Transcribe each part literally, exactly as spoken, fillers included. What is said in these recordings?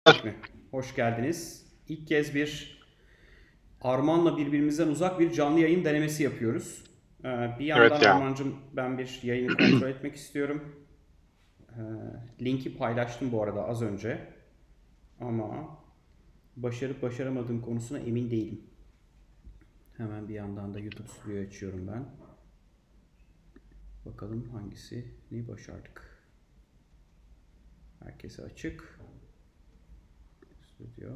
mi? Hoş geldiniz. İlk kez bir Arman'la birbirimizden uzak bir canlı yayın denemesi yapıyoruz. Ee, bir yandan Evet ya. Arman'cığım ben bir yayını kontrol etmek istiyorum. Ee, linki paylaştım bu arada az önce. Ama başarıp başaramadığım konusuna emin değilim. Hemen bir yandan da YouTube Studio'yu açıyorum ben. Bakalım hangisini başardık. Herkese açık. Studio.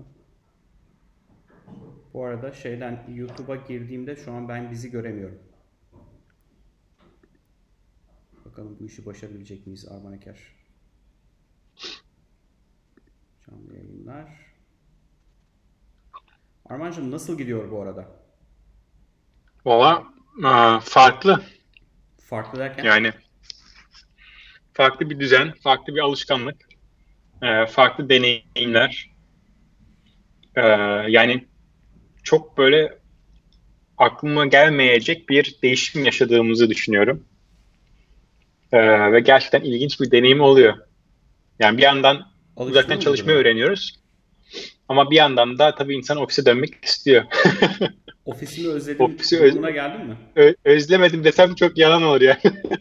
Bu arada şeyden YouTube'a girdiğimde şu an ben bizi göremiyorum. Bakalım bu işi başarabilecek miyiz Arman Eker? Canlı yayınlar. Armancığım nasıl gidiyor bu arada? Valla aa, farklı. Farklı derken? Yani farklı bir düzen, farklı bir alışkanlık, e, farklı deneyimler. E, Yani çok böyle aklıma gelmeyecek bir değişim yaşadığımızı düşünüyorum. E, Ve gerçekten ilginç bir deneyim oluyor. Yani bir yandan Alıştın uzaktan mı bu çalışmayı duruma? öğreniyoruz. Ama bir yandan da tabii insan ofise dönmek istiyor. Ofisimi özledim Ofisi öz- durumuna geldin mi? ö- özlemedim desem çok yalan olur yani.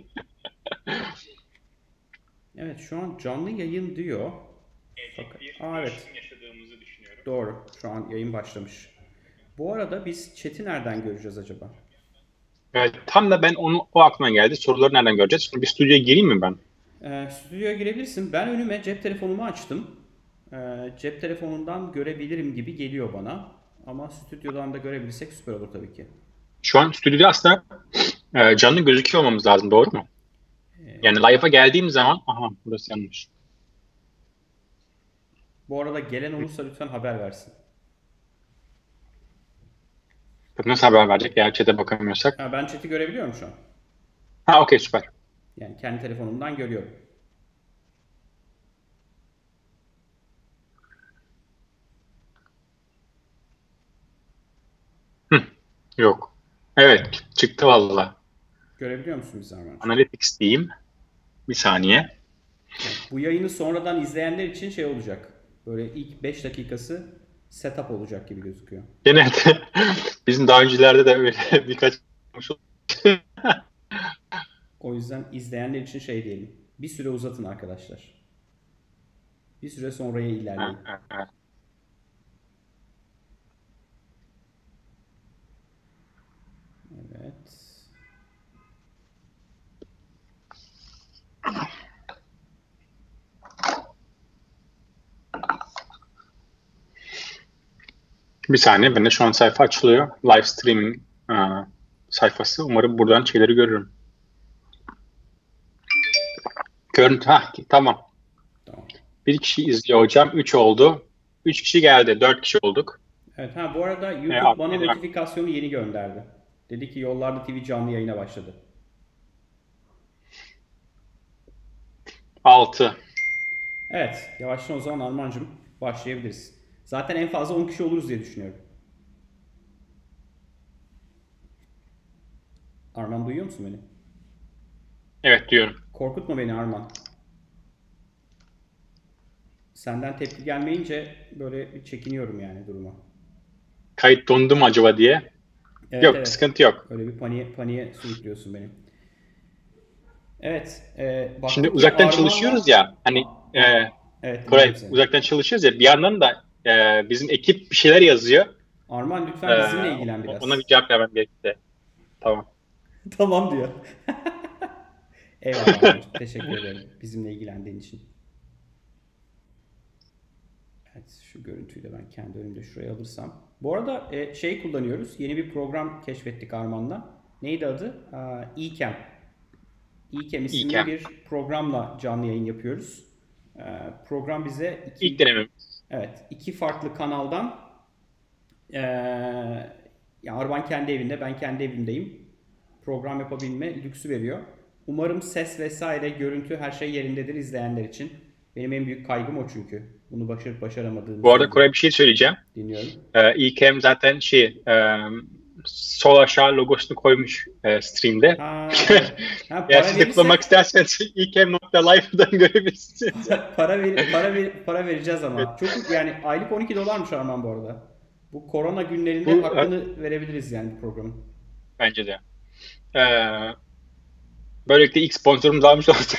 Evet şu an canlı yayın diyor. Fakat Bir Aa, evet değişim yaşadığımızı düşünüyorum. doğru şu an yayın başlamış. Bu arada biz chat'i nereden göreceğiz acaba? Evet, tam da ben onu o aklıma geldi. Soruları nereden göreceğiz? Şimdi bir stüdyoya gireyim mi ben? Ee, stüdyoya girebilirsin. Ben önüme cep telefonumu açtım. Ee, cep telefonundan görebilirim gibi geliyor bana. Ama stüdyodan da görebilirsek süper olur tabii ki. Şu an stüdyoda aslında e, canlı gözüküyor olmamız lazım, doğru mu? Yani live'a geldiğim zaman, aha burası yanlış. Bu arada gelen olursa lütfen haber versin. Bak nasıl haber verecek eğer chat'e bakamıyorsak. Ha, ben chat'i görebiliyorum şu an. Ha, okey, süper. Yani kendi telefonumdan görüyorum. Hı, yok. Evet, çıktı valla. Görebiliyor musun bizi Armancığım? Analytics diyeyim. Bir saniye. Evet, bu yayını sonradan izleyenler için şey olacak. Böyle ilk beş dakikası setup olacak gibi gözüküyor. Gene bizim daha öncelerde de öyle birkaç O yüzden izleyenler için şey diyelim. Bir süre uzatın arkadaşlar. Bir süre sonraya Ha, ilerleyin. ha, ha. Evet. Bir saniye, ben de şu an sayfa açılıyor. Live streaming e, sayfası. Umarım buradan şeyleri görürüm. Görüntü, ha tamam. Tamam. Bir kişi izliyor hocam. Üç oldu. Üç kişi geldi. Dört kişi olduk. Evet ha bu arada E, YouTube ak- bana ak- notifikasyonu yeni gönderdi. Dedi ki Yollarda T V canlı yayına başladı. Altı. Evet yavaştan o zaman Armancığım başlayabiliriz. Zaten en fazla on kişi oluruz diye düşünüyorum. Arman duyuyor musun beni? Evet diyorum. Korkutma beni Arman. Senden tepki gelmeyince böyle bir çekiniyorum yani duruma. Kayıt dondu mu acaba diye. Evet Yok, evet. sıkıntı yok. Öyle bir paniğe, paniğe sürüklüyorsun beni. Evet. E, Şimdi baktık ki uzaktan çalışıyoruz Arman'la... ya. Hani A- e, a- evet dinliyorum Koray, seni. uzaktan çalışıyoruz ya. Bir yandan da e, bizim ekip bir şeyler yazıyor. Arman E, lütfen bizimle ilgilen Ona bir biraz. cevap vermem gerekti. Tamam. Tamam diyor. Eyvallah Armancığım. Teşekkür ederim bizimle ilgilendiğin için. Evet şu görüntüyü de ben kendi önümde şuraya alırsam. Bu arada e, şey kullanıyoruz. Yeni bir program keşfettik Arman'la. Neydi adı? Aa, eCam. eCam isimli İlkem. bir programla canlı yayın yapıyoruz. Ee, program bize İlk iki denemem. evet iki farklı kanaldan ee, ya Arman kendi evinde ben kendi evimdeyim. Program yapabilme lüksü veriyor. Umarım ses vesaire görüntü her şey yerindedir izleyenler için. Benim en büyük kaygım o çünkü. Bunu başarıp başaramadığımı Bu arada söyleyeyim. Koray, bir şey söyleyeceğim. Dinliyorum. E, İlkem zaten şey, e, sol aşağı logosunu koymuş e, stream'de. Ha, evet. Ha, Eğer para siz de kullanmak verirsek isterseniz ikem nokta life'dan görebilirsiniz. para ver, para ver, para vereceğiz Evet. ama. Çok yani aylık on iki dolarmış Arman bu arada. Bu korona günlerinde Bu e, hakkını verebiliriz yani bu programın. bence de. E, Böylelikle ilk sponsorumuzu almış olduk.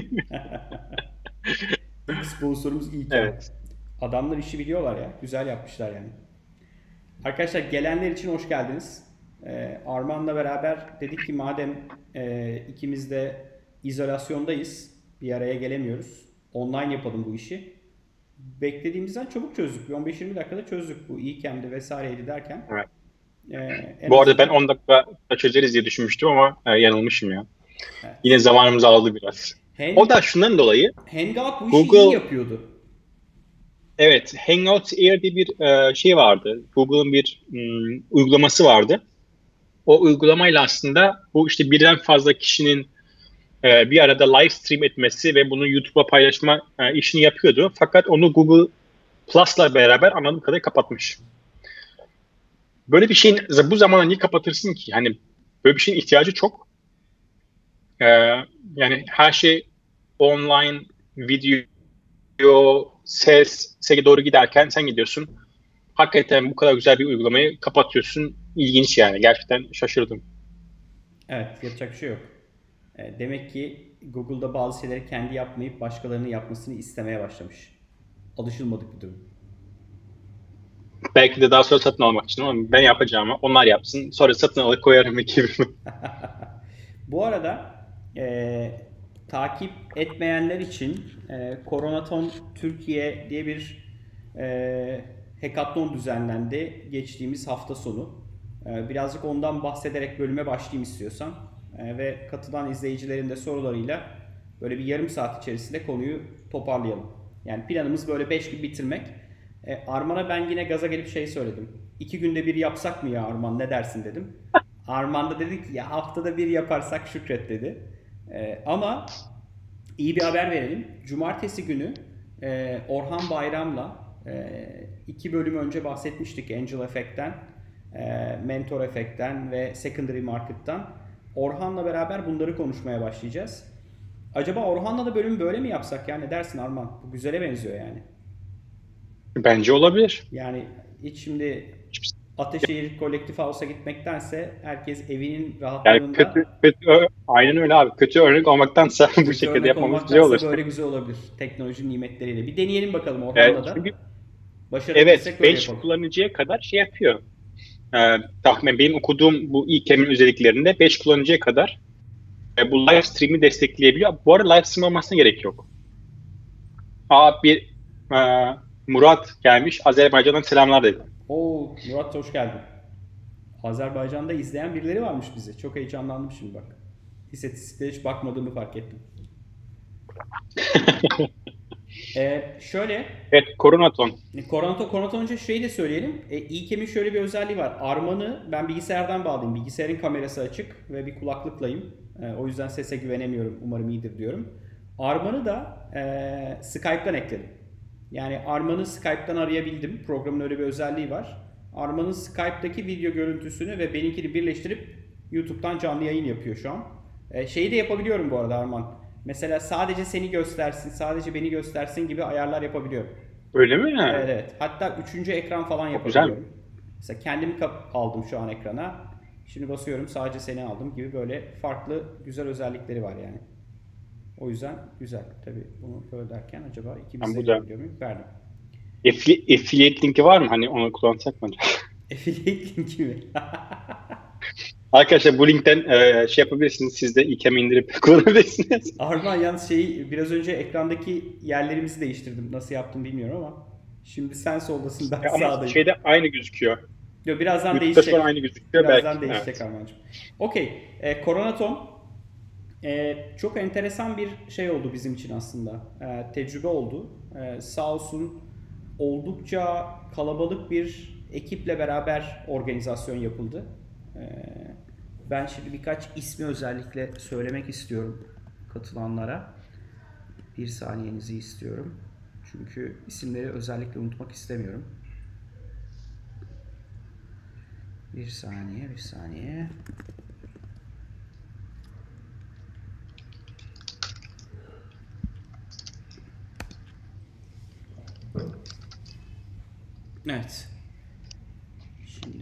İlk sponsorumuz İlkem. Evet. Adamlar işi biliyorlar ya. Güzel yapmışlar yani. Arkadaşlar gelenler için hoş geldiniz. Ee, Arman'la beraber dedik ki madem e, ikimiz de izolasyondayız, bir araya gelemiyoruz. Online yapalım bu işi. Beklediğimizden çabuk çözdük. Bir on beş yirmi dakikada çözdük bu İlkem'di vesaireydi derken. Evet. Ee, en Bu arada ben azından on dakika çözeriz diye düşünmüştüm ama e, yanılmışım ya. Yine evet. zamanımızı aldı biraz. O Hang, da şundan dolayı Hangout bu işi iyi Google, yapıyordu. evet, Hangouts Air diye bir e, şey vardı. Google'ın bir mm, uygulaması vardı. O uygulamayla aslında bu işte birden fazla kişinin e, bir arada live stream etmesi ve bunu YouTube'a paylaşma e, işini yapıyordu. Fakat onu Google Plus'la beraber anladığım kadarıyla kapatmış. Böyle bir şeyin bu zamana niye kapatırsın ki? Hani böyle bir şeyin ihtiyacı çok. E, Yani her şey online, video, ses, sese doğru giderken sen gidiyorsun. Hakikaten bu kadar güzel bir uygulamayı kapatıyorsun. İlginç yani. Gerçekten şaşırdım. Evet, yapacak bir şey yok. E, demek ki Google'da bazı şeyleri kendi yapmayıp başkalarının yapmasını istemeye başlamış. Alışılmadık bir durum. Belki de daha sonra satın almak için ama ben yapacağımı onlar yapsın. Sonra satın alıp koyarım ekibimi. Bu arada e, takip etmeyenler için e, Koronaton Türkiye diye bir e, hackathon düzenlendi geçtiğimiz hafta sonu. E, birazcık ondan bahsederek bölüme başlayayım istiyorsan. E, ve katılan izleyicilerin de sorularıyla böyle bir yarım saat içerisinde konuyu toparlayalım. Yani planımız böyle beş gün bitirmek. E, Arman'a ben yine gaza gelip şey söyledim. İki günde bir yapsak mı ya Arman ne dersin dedim. Arman da dedi ki ya haftada bir yaparsak şükret dedi. Ee, ama iyi bir haber verelim. Cumartesi günü e, Orhan Bayram'la e, iki bölüm önce bahsetmiştik Angel Effect'ten, e, Mentor Effect'ten ve Secondary Market'tan. Orhan'la beraber bunları konuşmaya başlayacağız. Acaba Orhan'la da bölümü böyle mi yapsak ya ne dersin Arman? Bu güzele benziyor yani. Bence olabilir. Yani hiç şimdi Ateşehir Kolektif House'a gitmektense herkes evinin Yani kötü, rahatlığında kötü ö- aynen öyle abi. Kötü örnek olmaktansa bu kötü şekilde örnek yapmamız güzel olur. olmaktansa böyle güzel olabilir. Teknoloji nimetleriyle. Bir deneyelim bakalım Evet, Orhan'la da. çünkü evet Başarabilirsek böyle beş yapalım. kullanıcıya kadar şey yapıyor. Ee, tahmin benim okuduğum bu İKEM'in özelliklerinde beş kullanıcıya kadar e, bu live stream'i destekleyebiliyor. Bu arada live stream olmasına gerek yok. Aa bir e, Murat gelmiş. Azerbaycan'dan selamlar dedi. Oo Murat hoş geldin. Azerbaycan'da izleyen birileri varmış bizi. Çok heyecanlandım şimdi bak. İstatistiklere hiç bakmadığımı fark ettim. Ee, şöyle Evet, Koronaton. Koronto, Koronto önce şeyi de söyleyelim. E, İlkem'in şöyle bir özelliği var. Arman'ı ben bilgisayardan bağlayayım. Bilgisayarın kamerası açık ve bir kulaklıklayım. E, o yüzden sese güvenemiyorum. Umarım iyidir diyorum. Arman'ı da e, Skype'dan ekledim. Yani Arman'ı Skype'dan arayabildim. Programın öyle bir özelliği var. Arman'ın Skype'daki video görüntüsünü ve benimkini birleştirip YouTube'dan canlı yayın yapıyor şu an. E, şeyi de yapabiliyorum bu arada Arman. Mesela sadece seni göstersin, sadece beni göstersin gibi ayarlar yapabiliyorum. Öyle mi? Evet, evet. Hatta üçüncü ekran falan Çok güzel. yapabiliyorum. Mesela kendimi kap- aldım şu an ekrana. Şimdi basıyorum sadece seni aldım gibi böyle farklı güzel özellikleri var yani. O yüzden güzel. Tabii bunu böyle derken acaba ikimiz Ben de bu da görebiliyor muyum? Verdim. affili- affiliate linki var mı? Hani onu kullansak mı? Affiliate linki mi? Arkadaşlar bu linkten e, şey yapabilirsiniz. Siz de İKEM'i indirip kullanabilirsiniz. Arman yalnız şeyi biraz önce ekrandaki yerlerimizi değiştirdim. Nasıl yaptım bilmiyorum ama. Şimdi sen soldasın ben Ya ama sağdayım. şeyde aynı gözüküyor. Yo, birazdan YouTube'da şu an değişecek. aynı gözüküyor belki. Birazdan değişecek Evet. Armancığım. Okey. E, Koronaton e, çok enteresan bir şey oldu bizim için aslında. E, tecrübe oldu. E, sağ olsun oldukça kalabalık bir ekiple beraber organizasyon yapıldı. E, ben şimdi birkaç ismi özellikle söylemek istiyorum katılanlara. Bir saniyenizi istiyorum. Çünkü isimleri özellikle unutmak istemiyorum. Bir saniye, bir saniye. Evet. Şimdi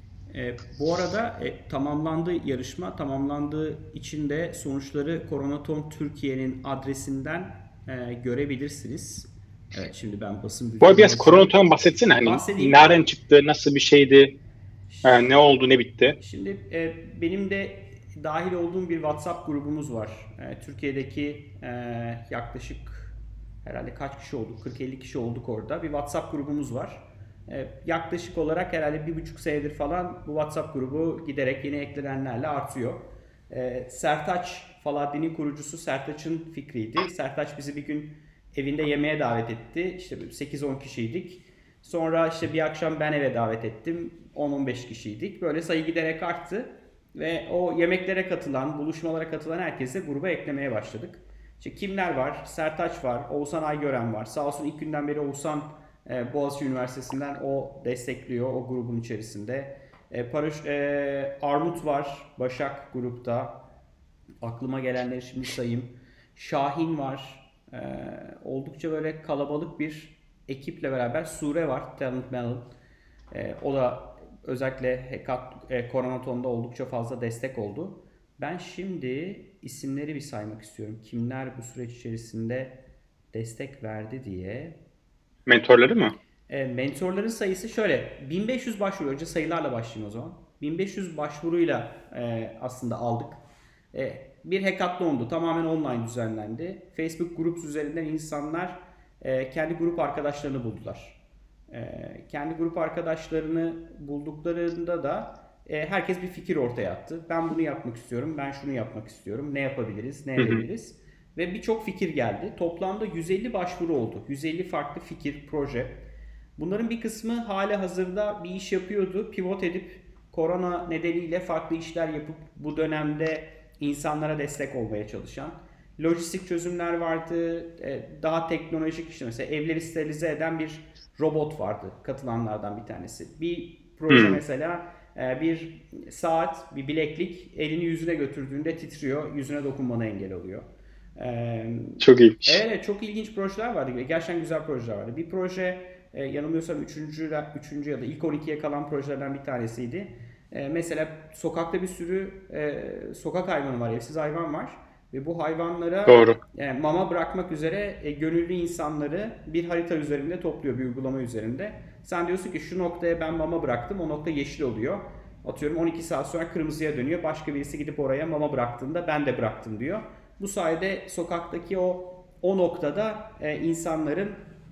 e, bu arada e, tamamlandı yarışma. Tamamlandığı için de sonuçları Koronaton Türkiye'nin adresinden e, görebilirsiniz. Evet, şimdi ben basın Bu arada bültenini biraz açayım. koronadan bahsetsene. Hani Bahsedeyim. nereden çıktı, nasıl bir şeydi, e, ne oldu, ne bitti? Şimdi e, benim de dahil olduğum bir WhatsApp grubumuz var. E, Türkiye'deki e, yaklaşık herhalde kaç kişi olduk? kırk elli kişi olduk orada. Bir WhatsApp grubumuz var. E, yaklaşık olarak herhalde bir buçuk senedir falan bu WhatsApp grubu giderek yeni eklenenlerle artıyor. E, Sertaç Faladdin'in kurucusu Sertaç'ın fikriydi. Sertaç bizi bir gün evinde yemeğe davet etti. İşte sekiz on kişiydik. Sonra işte bir akşam ben eve davet ettim. on on beş kişiydik. Böyle sayı giderek arttı. Ve o yemeklere katılan, buluşmalara katılan herkese gruba eklemeye başladık. İşte kimler var? Sertaç var, Oğuzhan Aygören var. Sağ olsun ilk günden beri Oğuzhan e, Boğaziçi Üniversitesi'nden o destekliyor o grubun içerisinde. E, Paraş, e, Armut var, Başak grupta. Aklıma gelenleri şimdi sayayım. Şahin var. E, oldukça böyle kalabalık bir ekiple beraber. Sure var, Talent Melon. E, o da özellikle Hekat, e, Koronaton'da oldukça fazla destek oldu. Ben şimdi isimleri bir saymak istiyorum. Kimler bu süreç içerisinde destek verdi diye. Mentorları mı? E, mentorların sayısı şöyle. bin beş yüz başvuru. Önce sayılarla başlayayım o zaman. bin beş yüz başvuruyla e, aslında aldık. E, bir hackathon'du. Tamamen online düzenlendi. Facebook Groups üzerinden insanlar e, kendi grup arkadaşlarını buldular. E, kendi grup arkadaşlarını bulduklarında da e, herkes bir fikir ortaya attı. Ben bunu yapmak istiyorum, ben şunu yapmak istiyorum. Ne yapabiliriz, ne Hı hı. edebiliriz? Ve birçok fikir geldi. Toplamda yüz elli başvuru oldu. yüz elli farklı fikir, proje. Bunların bir kısmı hala hazırda bir iş yapıyordu. Pivot edip korona nedeniyle farklı işler yapıp bu dönemde insanlara destek olmaya çalışan. Lojistik çözümler vardı. e, Daha teknolojik işte mesela evleri sterilize eden bir robot vardı katılanlardan bir tanesi. Bir proje Hı. mesela e, bir saat, bir bileklik elini yüzüne götürdüğünde titriyor. Yüzüne dokunmana engel oluyor. Ee, Çok iyiymiş. Evet, çok ilginç projeler vardı. Gerçekten güzel projeler vardı. Bir proje e, yanılmıyorsam üçüncü üçüncü ya da ilk on ikiye kalan projelerden bir tanesiydi. E, mesela sokakta bir sürü e, sokak hayvanı var, evsiz hayvan var. Ve bu hayvanlara Doğru. e, mama bırakmak üzere e, gönüllü insanları bir harita üzerinde topluyor, bir uygulama üzerinde. Sen diyorsun ki şu noktaya ben mama bıraktım, o nokta yeşil oluyor. Atıyorum on iki saat sonra kırmızıya dönüyor. Başka birisi gidip oraya mama bıraktığında ben de bıraktım diyor. Bu sayede sokaktaki o o noktada e, insanların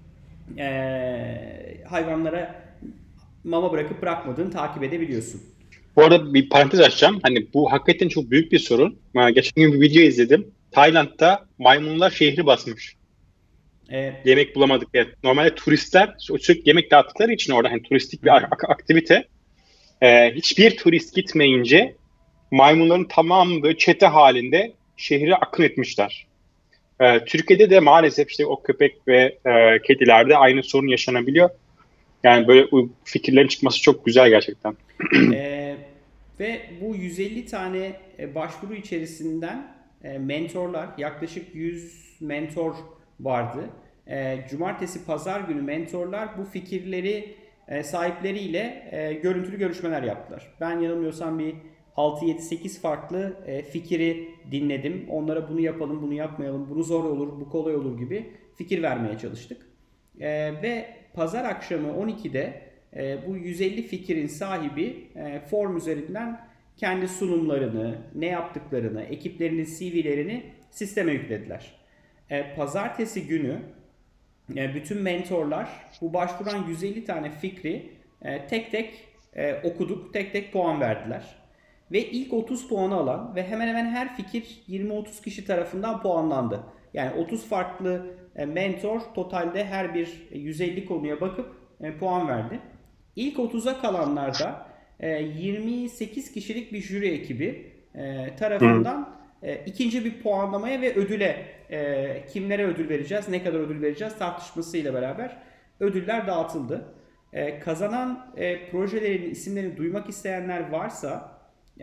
e, hayvanlara mama bırakıp bırakmadığını takip edebiliyorsun. Bu arada bir parantez açacağım. Hani bu hakikaten çok büyük bir sorun. Ben geçen gün bir video izledim. Tayland'da maymunlar şehri basmış. E, Yemek bulamadık diye. Normalde turistler sürekli yemek dağıttıkları için orada hani turistik bir ak- aktivite. Ee, hiçbir turist gitmeyince maymunların tamamı böyle çete halinde şehre akın etmişler. Ee, Türkiye'de de maalesef işte o köpek ve e, kedilerde aynı sorun yaşanabiliyor. Yani böyle u- fikirlerin çıkması çok güzel gerçekten. e, ve bu yüz elli tane e, başvuru içerisinden e, mentorlar, yaklaşık yüz mentor vardı. E, cumartesi, pazar günü mentorlar bu fikirleri e, sahipleriyle e, görüntülü görüşmeler yaptılar. Ben yanılmıyorsam bir altı yedi sekiz farklı e, fikri dinledim. Onlara bunu yapalım, bunu yapmayalım, bunu zor olur, bu kolay olur gibi fikir vermeye çalıştık. E, ve pazar akşamı on ikide e, bu yüz elli fikrin sahibi e, form üzerinden kendi sunumlarını, ne yaptıklarını, ekiplerinin C V'lerini sisteme yüklediler. E, pazartesi günü e, bütün mentorlar bu başvuran yüz elli tane fikri e, tek tek e, okuduk, tek tek puan verdiler. Ve ilk otuz puanı alan ve hemen hemen her fikir yirmi otuz kişi tarafından puanlandı. Yani otuz farklı e, mentor totalde her bir yüz elli konuya bakıp e, puan verdi. İlk otuza kalanlarda e, yirmi sekiz kişilik bir jüri ekibi e, Hı. tarafından e, ikinci bir puanlamaya ve ödüle e, kimlere ödül vereceğiz, ne kadar ödül vereceğiz tartışmasıyla beraber ödüller dağıtıldı. E, kazanan e, projelerin isimlerini duymak isteyenler varsa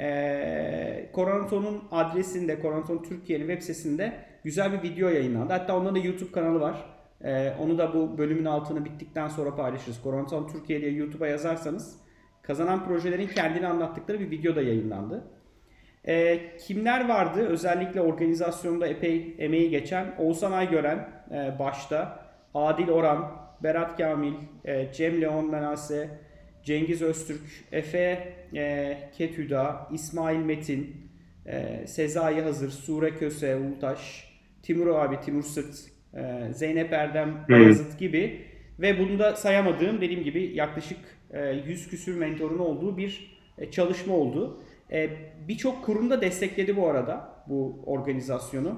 e, Koronaton'un adresinde, Koronaton Türkiye'nin web sitesinde güzel bir video yayınlandı. Hatta onların da YouTube kanalı var. E, onu da bu bölümün altını bittikten sonra paylaşırız. Koronaton Türkiye diye YouTube'a yazarsanız kazanan projelerin kendini anlattıkları bir video da yayınlandı. E, kimler vardı? Özellikle organizasyonda epey emeği geçen Oğuzhan Aygören e, başta, Adil Oran, Berat Kamil, e, Cem Leon Menase, Cengiz Öztürk, Efe e, Ketüda, İsmail Metin, e, Sezai Hazır, Sure Köse, Ultaş, Timur abi, Timur Sırt, e, Zeynep Erdem Bayazıt gibi ve bunu da sayamadığım dediğim gibi yaklaşık e, yüz küsür mentorun olduğu bir e, çalışma oldu. E, Birçok kurum da destekledi bu arada bu organizasyonu.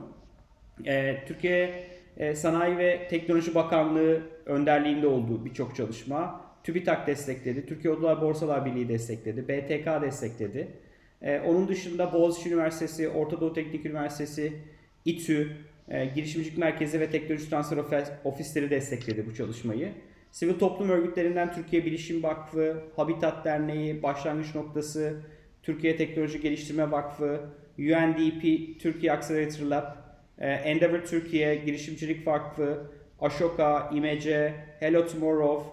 E, Türkiye e, Sanayi ve Teknoloji Bakanlığı önderliğinde olduğu birçok çalışma. TÜBİTAK destekledi, Türkiye Odalar Borsalar Birliği destekledi, B T K destekledi. E, onun dışında Boğaziçi Üniversitesi, Orta Doğu Teknik Üniversitesi, İTÜ, e, Girişimcilik Merkezi ve Teknoloji Transfer Ofisleri destekledi bu çalışmayı. Sivil toplum örgütlerinden Türkiye Bilişim Vakfı, Habitat Derneği, Başlangıç Noktası, Türkiye Teknoloji Geliştirme Vakfı, U N D P, Türkiye Accelerator Lab, e, Endeavor Türkiye, Girişimcilik Vakfı, Ashoka, İMece, Hello Tomorrow,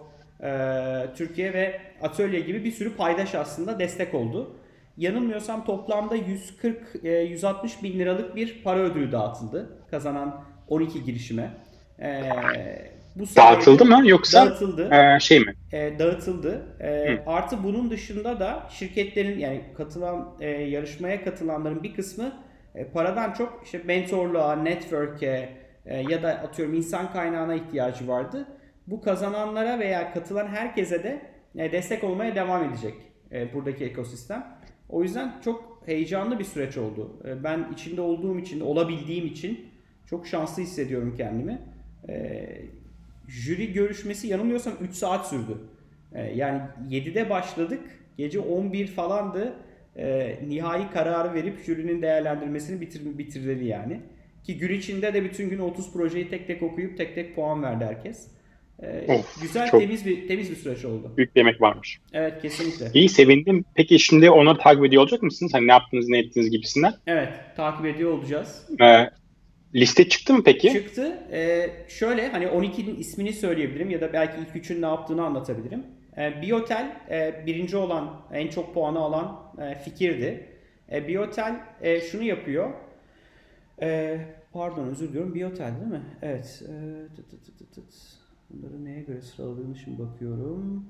e, Türkiye ve Atölye gibi bir sürü paydaş aslında destek oldu. Yanılmıyorsam toplamda yüz kırk yüz altmış bin liralık bir para ödülü dağıtıldı kazanan on iki girişime. E, bu dağıtıldı mı yoksa dağıtıldı. E, şey mi? E, dağıtıldı. E, artı bunun dışında da şirketlerin yani katılan e, yarışmaya katılanların bir kısmı e, paradan çok işte mentorluğa, network'e e, ya da atıyorum insan kaynağına ihtiyacı vardı. Bu kazananlara veya katılan herkese de e, destek olmaya devam edecek e, buradaki ekosistem. O yüzden çok heyecanlı bir süreç oldu. E, ben içinde olduğum için, olabildiğim için çok şanslı hissediyorum kendimi. E, jüri görüşmesi yanılmıyorsam üç saat sürdü. E, yani yedide başladık, gece on bir falandı. E, nihai kararı verip jürinin değerlendirmesini bitir, bitirdi yani. Ki gün içinde de bütün gün otuz projeyi tek tek okuyup tek tek puan verdi herkes. Ee, Of, güzel, çok temiz bir temiz bir süreç oldu. büyük bir emek varmış. Evet, kesinlikle. İyi, sevindim. Peki şimdi onları takip ediyor olacak mısınız? Hani ne yaptınız, ne ettiniz gibisinden. Evet, takip ediyor olacağız. Ee, liste çıktı mı peki? Çıktı. Ee, şöyle hani on ikinin ismini söyleyebilirim ya da belki ilk üçün ne yaptığını anlatabilirim. Ee, Biotel e, birinci olan, en çok puanı alan e, fikirdi. E, Biotel e, şunu yapıyor. E, pardon özür diliyorum. Biotel değil mi? Evet. E, tıt tıt tıt tıt. Bunları neye göre sıraladığını şimdi bakıyorum.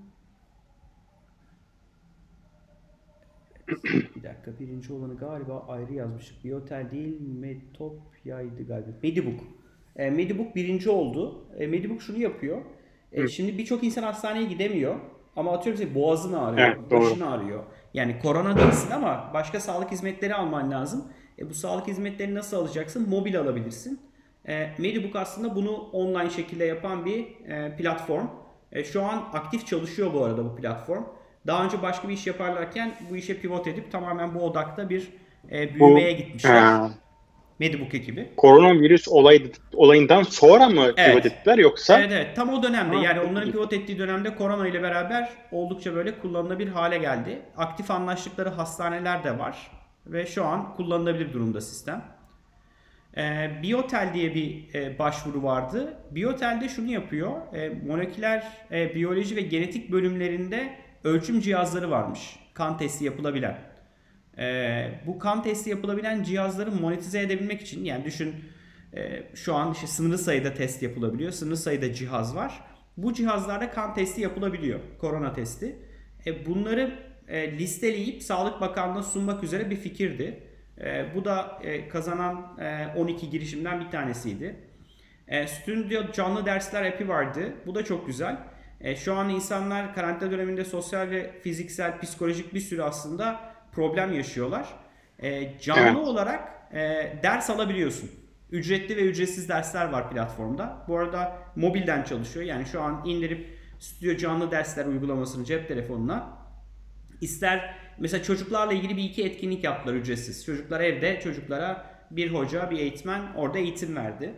Bir dakika, birinci olanı galiba ayrı yazmıştık. Biotel değil, Metopya'ydı galiba. Medibook. E, Medibook birinci oldu. E, Medibook şunu yapıyor. E, şimdi birçok insan hastaneye gidemiyor. Ama atıyorum ki boğazın ağrıyor, Evet, doğru. başın ağrıyor. Yani korona değilsin ama başka sağlık hizmetleri alman lazım. E, bu sağlık hizmetlerini nasıl alacaksın? Mobil alabilirsin. E, Medibook aslında bunu online şekilde yapan bir e, platform. E, şu an aktif çalışıyor bu arada bu platform. Daha önce başka bir iş yaparlarken bu işe pivot edip tamamen bu odakta bir e, büyümeye Bu gitmişler. e, Medibook ekibi. koronavirüs olayı, olayından sonra mı Evet. pivot ettiler yoksa? Evet evet, tam o dönemde Ha, yani çok onların iyi. pivot ettiği dönemde korona ile beraber oldukça böyle kullanılabilir hale geldi. Aktif anlaştıkları hastaneler de var ve şu an kullanılabilir durumda sistem. E, Biotel diye bir e, başvuru vardı. Biotel de şunu yapıyor. E, moleküler e, biyoloji ve genetik bölümlerinde ölçüm cihazları varmış. Kan testi yapılabilen. E, bu kan testi yapılabilen cihazları monetize edebilmek için yani düşün e, şu an işte sınırlı sayıda test yapılabiliyor. Sınırlı sayıda cihaz var. Bu cihazlarda kan testi yapılabiliyor. Korona testi. E, bunları e, listeleyip Sağlık Bakanlığı'na sunmak üzere bir fikirdi. E, bu da e, kazanan e, on iki girişimden bir tanesiydi. E, stüdyo canlı dersler app'i vardı. Bu da çok güzel. E, şu an insanlar karantina döneminde sosyal ve fiziksel, psikolojik bir sürü aslında problem yaşıyorlar. E, canlı Evet. olarak e, ders alabiliyorsun. Ücretli ve ücretsiz dersler var platformda. Bu arada mobilden çalışıyor. Yani şu an indirip stüdyo canlı dersler uygulamasını cep telefonuna İster mesela çocuklarla ilgili bir iki etkinlik yaptılar ücretsiz. Çocuklar evde, çocuklara bir hoca, bir eğitmen orada eğitim verdi.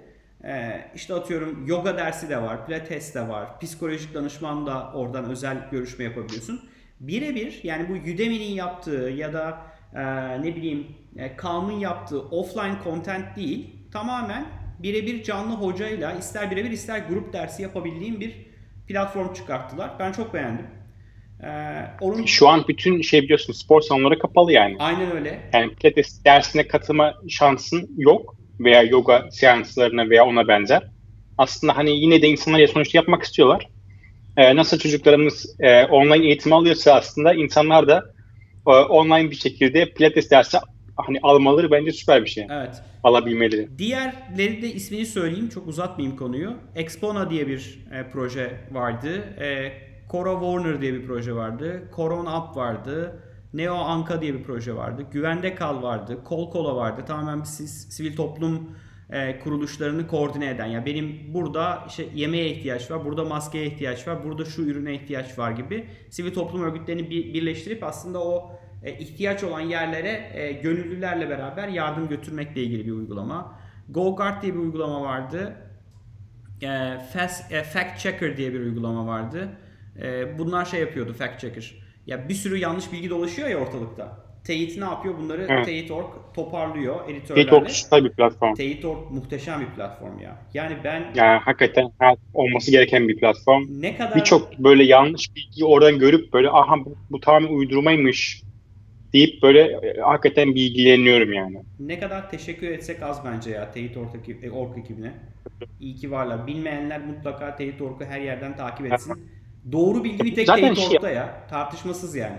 Ee, işte atıyorum yoga dersi de var, pilates de var, psikolojik danışman da oradan özel görüşme yapabiliyorsun. Birebir yani bu Udemy'nin yaptığı ya da e, ne bileyim e, Calm'ın yaptığı offline content değil, tamamen birebir canlı hocayla ister birebir ister grup dersi yapabildiğim bir platform çıkarttılar. Ben çok beğendim. Ee, onun Şu an bütün şey biliyorsun spor salonları kapalı yani. aynen öyle. Yani pilates dersine katılma şansın yok veya yoga seanslarına veya ona benzer. Aslında hani yine de insanlar ya sonuçta yapmak istiyorlar. Ee, nasıl çocuklarımız e, online eğitim alıyorsa aslında insanlar da e, online bir şekilde pilates dersi hani almaları bence süper bir şey. Evet. Alabilmeleri. Diğerleri de ismini söyleyeyim, çok uzatmayayım konuyu. Expona diye bir e, proje vardı. E, Cora Warner diye bir proje vardı. Coron Up vardı. Neo Anka diye bir proje vardı. Güvende Kal vardı. Kol Kola vardı. Tamamen bir sivil toplum e, kuruluşlarını koordine eden. Ya benim burada işte yemeğe ihtiyaç var, burada maskeye ihtiyaç var, burada şu ürüne ihtiyaç var gibi sivil toplum örgütlerini bir, birleştirip aslında o e, ihtiyaç olan yerlere e, gönüllülerle beraber yardım götürmekle ilgili bir uygulama. GoGuard diye bir uygulama vardı. E, Fast, e, Fact Checker diye bir uygulama vardı. E, bunlar şey yapıyordu, Fact Checker. Ya bir sürü yanlış bilgi dolaşıyor ya ortalıkta. Teyit ne yapıyor? Bunları Evet. Teyit nokta org toparlıyor editörlerle. Teyit nokta org süper bir platform. Teyit nokta org muhteşem bir platform ya. Yani ben Yani hakikaten olması gereken bir platform. ne kadar Birçok böyle yanlış bilgiyi oradan görüp böyle aha bu, bu tamamen uydurmaymış deyip böyle e, hakikaten bilgileniyorum yani. ne kadar teşekkür etsek az bence ya Teyit nokta org ekibine. İyi ki varlar. Bilmeyenler mutlaka Teyit nokta org'u her yerden takip etsin. Doğru bilgi bir tek Zaten Teyit şey, nokta org'da ya. Tartışmasız yani.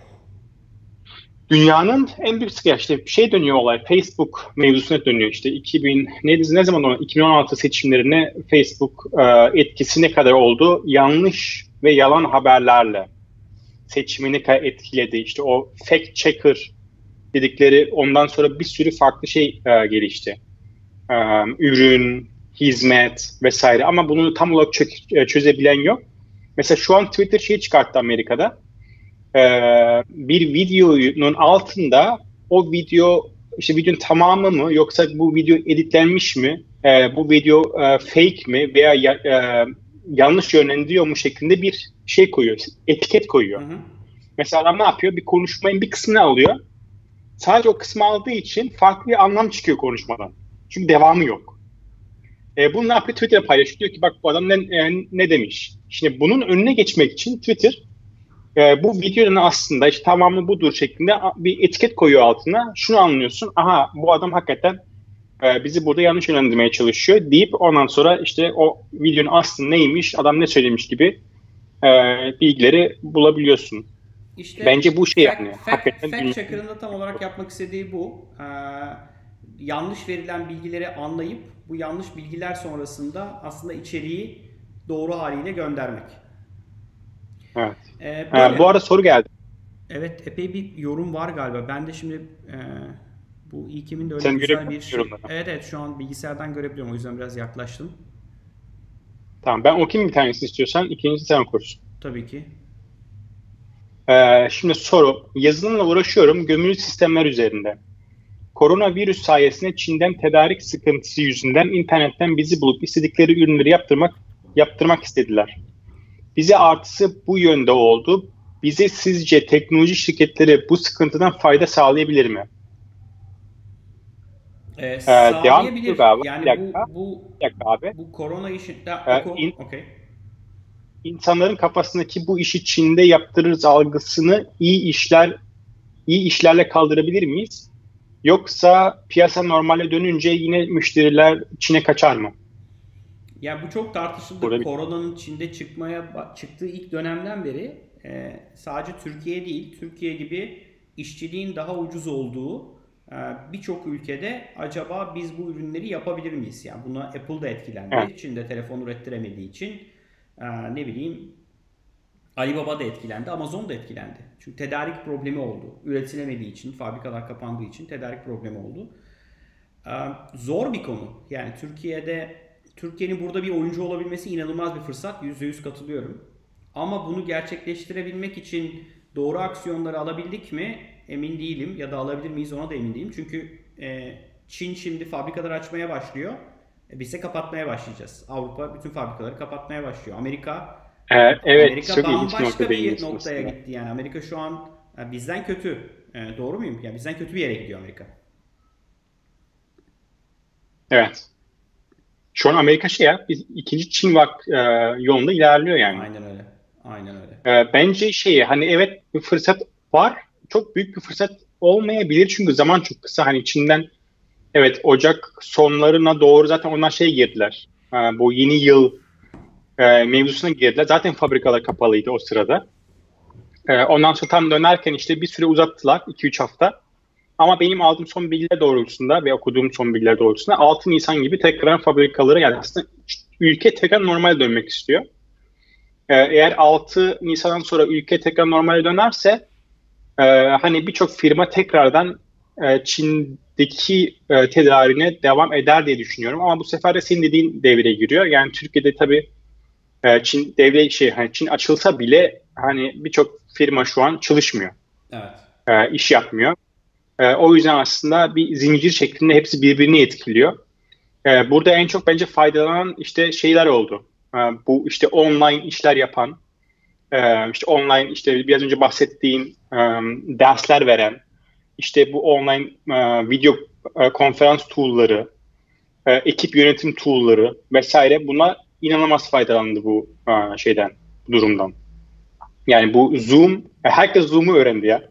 dünyanın en büyük sıkıntı işte bir şey dönüyor olay. Facebook mevzusuna dönüyor işte iki bin ne, ne zaman olan iki bin on altı seçimlerine Facebook e, etkisi ne kadar oldu? Yanlış ve yalan haberlerle seçimini etkiledi. İşte o fact checker dedikleri ondan sonra bir sürü farklı şey e, gelişti. E, ürün, hizmet vesaire ama bunu tam olarak çö- çözebilen yok. Mesela şu an Twitter şeyi çıkarttı Amerika'da. Ee, bir videonun altında o video işte videonun tamamı mı yoksa bu video editlenmiş mi, e, bu video e, fake mi veya ya, e, yanlış yönlendiriyor mu şeklinde bir şey koyuyor, etiket koyuyor. Hı hı. Mesela adam ne yapıyor? Bir konuşmanın bir kısmını alıyor. Sadece o kısmı aldığı için farklı bir anlam çıkıyor konuşmadan. Çünkü devamı yok. E, bunu ne yapıyor? Twitter'a paylaşıyor. Diyor ki bak bu adam ne, e, ne demiş. Şimdi bunun önüne geçmek için Twitter e, bu videonun aslında işte tamamı budur şeklinde bir etiket koyuyor altına. Şunu anlıyorsun. Aha bu adam hakikaten e, bizi burada yanlış yönlendirmeye çalışıyor deyip ondan sonra işte o videonun aslı neymiş, adam ne söylemiş gibi e, bilgileri bulabiliyorsun. İşte Bence bu şey fact, yani. fact, Hakikaten fact dünya- checker'ın da tam olarak yapmak istediği bu. Ee, yanlış verilen bilgileri anlayıp bu yanlış bilgiler sonrasında aslında içeriği doğru haliyle göndermek. Evet. Ee, E, böyle. bu arada soru geldi. Evet, epey bir yorum var galiba. Ben de şimdi e, bu İlkim'in de öyle Sen güzel görebiliyor bir musun şey. yorumları? Evet evet, şu an bilgisayardan görebiliyorum, o yüzden biraz yaklaştım. Tamam ben okuyayım bir tanesini istiyorsan. İkincisi sen okursun. Tabii ki. Ee, şimdi soru. Yazılımla uğraşıyorum gömülü sistemler üzerinde. Koronavirüs sayesinde Çin'den tedarik sıkıntısı yüzünden internetten bizi bulup istedikleri ürünleri yaptırmak yaptırmak istediler. Bize artısı bu yönde oldu. Bize sizce teknoloji şirketleri bu sıkıntıdan fayda sağlayabilir mi? Ee, Ee, devam sağlayabilir. ediyor galiba. Bir Yani dakika. bu bu Bir dakika abi. bu korona işi de Ee, oku. in- Okey. insanların kafasındaki bu işi Çin'de yaptırırız algısını iyi işler iyi işlerle kaldırabilir miyiz? Yoksa piyasa normale dönünce yine müşteriler Çin'e kaçar mı? Ya bu çok tartışıldı. Burada bir... Koronanın Çin'de çıkmaya çıktığı ilk dönemden beri e, sadece Türkiye değil, Türkiye gibi işçiliğin daha ucuz olduğu e, birçok ülkede acaba biz bu ürünleri yapabilir miyiz? Yani buna Apple da etkilendi. Evet. Çin'de telefon ürettiremediği için e, ne bileyim Alibaba da etkilendi, Amazon da etkilendi. Çünkü tedarik problemi oldu. Üretilemediği için, fabrikalar kapandığı için tedarik problemi oldu. E, zor bir konu. Yani Türkiye'de Türkiye'nin burada bir oyuncu olabilmesi inanılmaz bir fırsat. yüzde yüz katılıyorum. Ama bunu gerçekleştirebilmek için doğru aksiyonları alabildik mi? Emin değilim. Ya da alabilir miyiz, ona da emin değilim. Çünkü e, Çin şimdi fabrikalar açmaya başlıyor. E, biz de kapatmaya başlayacağız. Avrupa bütün fabrikaları kapatmaya başlıyor. Amerika Ee, evet, Amerika çok ilginç bir bambaşka nokta bir değiniyorsun noktaya aslında. gitti yani. Amerika şu an e, bizden kötü. E, doğru muyum? Yani bizden kötü bir yere gidiyor Amerika. Evet. Şu an Amerika şey ya, biz ikinci Çin vak e, yolunda ilerliyor yani. Aynen öyle. Aynen öyle. E, bence şey hani evet bir fırsat var. Çok büyük bir fırsat olmayabilir çünkü zaman çok kısa. Hani Çin'den evet Ocak sonlarına doğru zaten onlar şey girdiler. E, bu yeni yıl e, mevzusuna girdiler. Zaten fabrikalar kapalıydı o sırada. E, ondan sonra tam dönerken işte bir süre uzattılar, iki üç hafta. Ama benim aldığım son bilgiler doğrultusunda ve okuduğum son bilgiler doğrultusunda altı Nisan gibi tekrar fabrikaları yani aslında ülke tekrar normale dönmek istiyor. Ee, eğer altı Nisan'dan sonra ülke tekrar normale dönerse e, hani birçok firma tekrardan e, Çin'deki e, tedarine devam eder diye düşünüyorum. Ama bu sefer de senin dediğin devreye giriyor. Yani Türkiye'de tabii e, Çin devre şey hani Çin açılsa bile hani birçok firma şu an çalışmıyor. Evet. E, iş yapmıyor. E, o yüzden aslında bir zincir şeklinde hepsi birbirini etkiliyor. E, burada en çok bence faydalanan işte şeyler oldu. E, bu işte online işler yapan, e, işte online işte biraz önce bahsettiğin e, dersler veren, işte bu online e, video e, konferans tool'ları, e, ekip yönetim tool'ları vesaire buna inanılmaz faydalandı bu e, şeyden, bu durumdan. Yani bu Zoom, e, herkes Zoom'u öğrendi ya.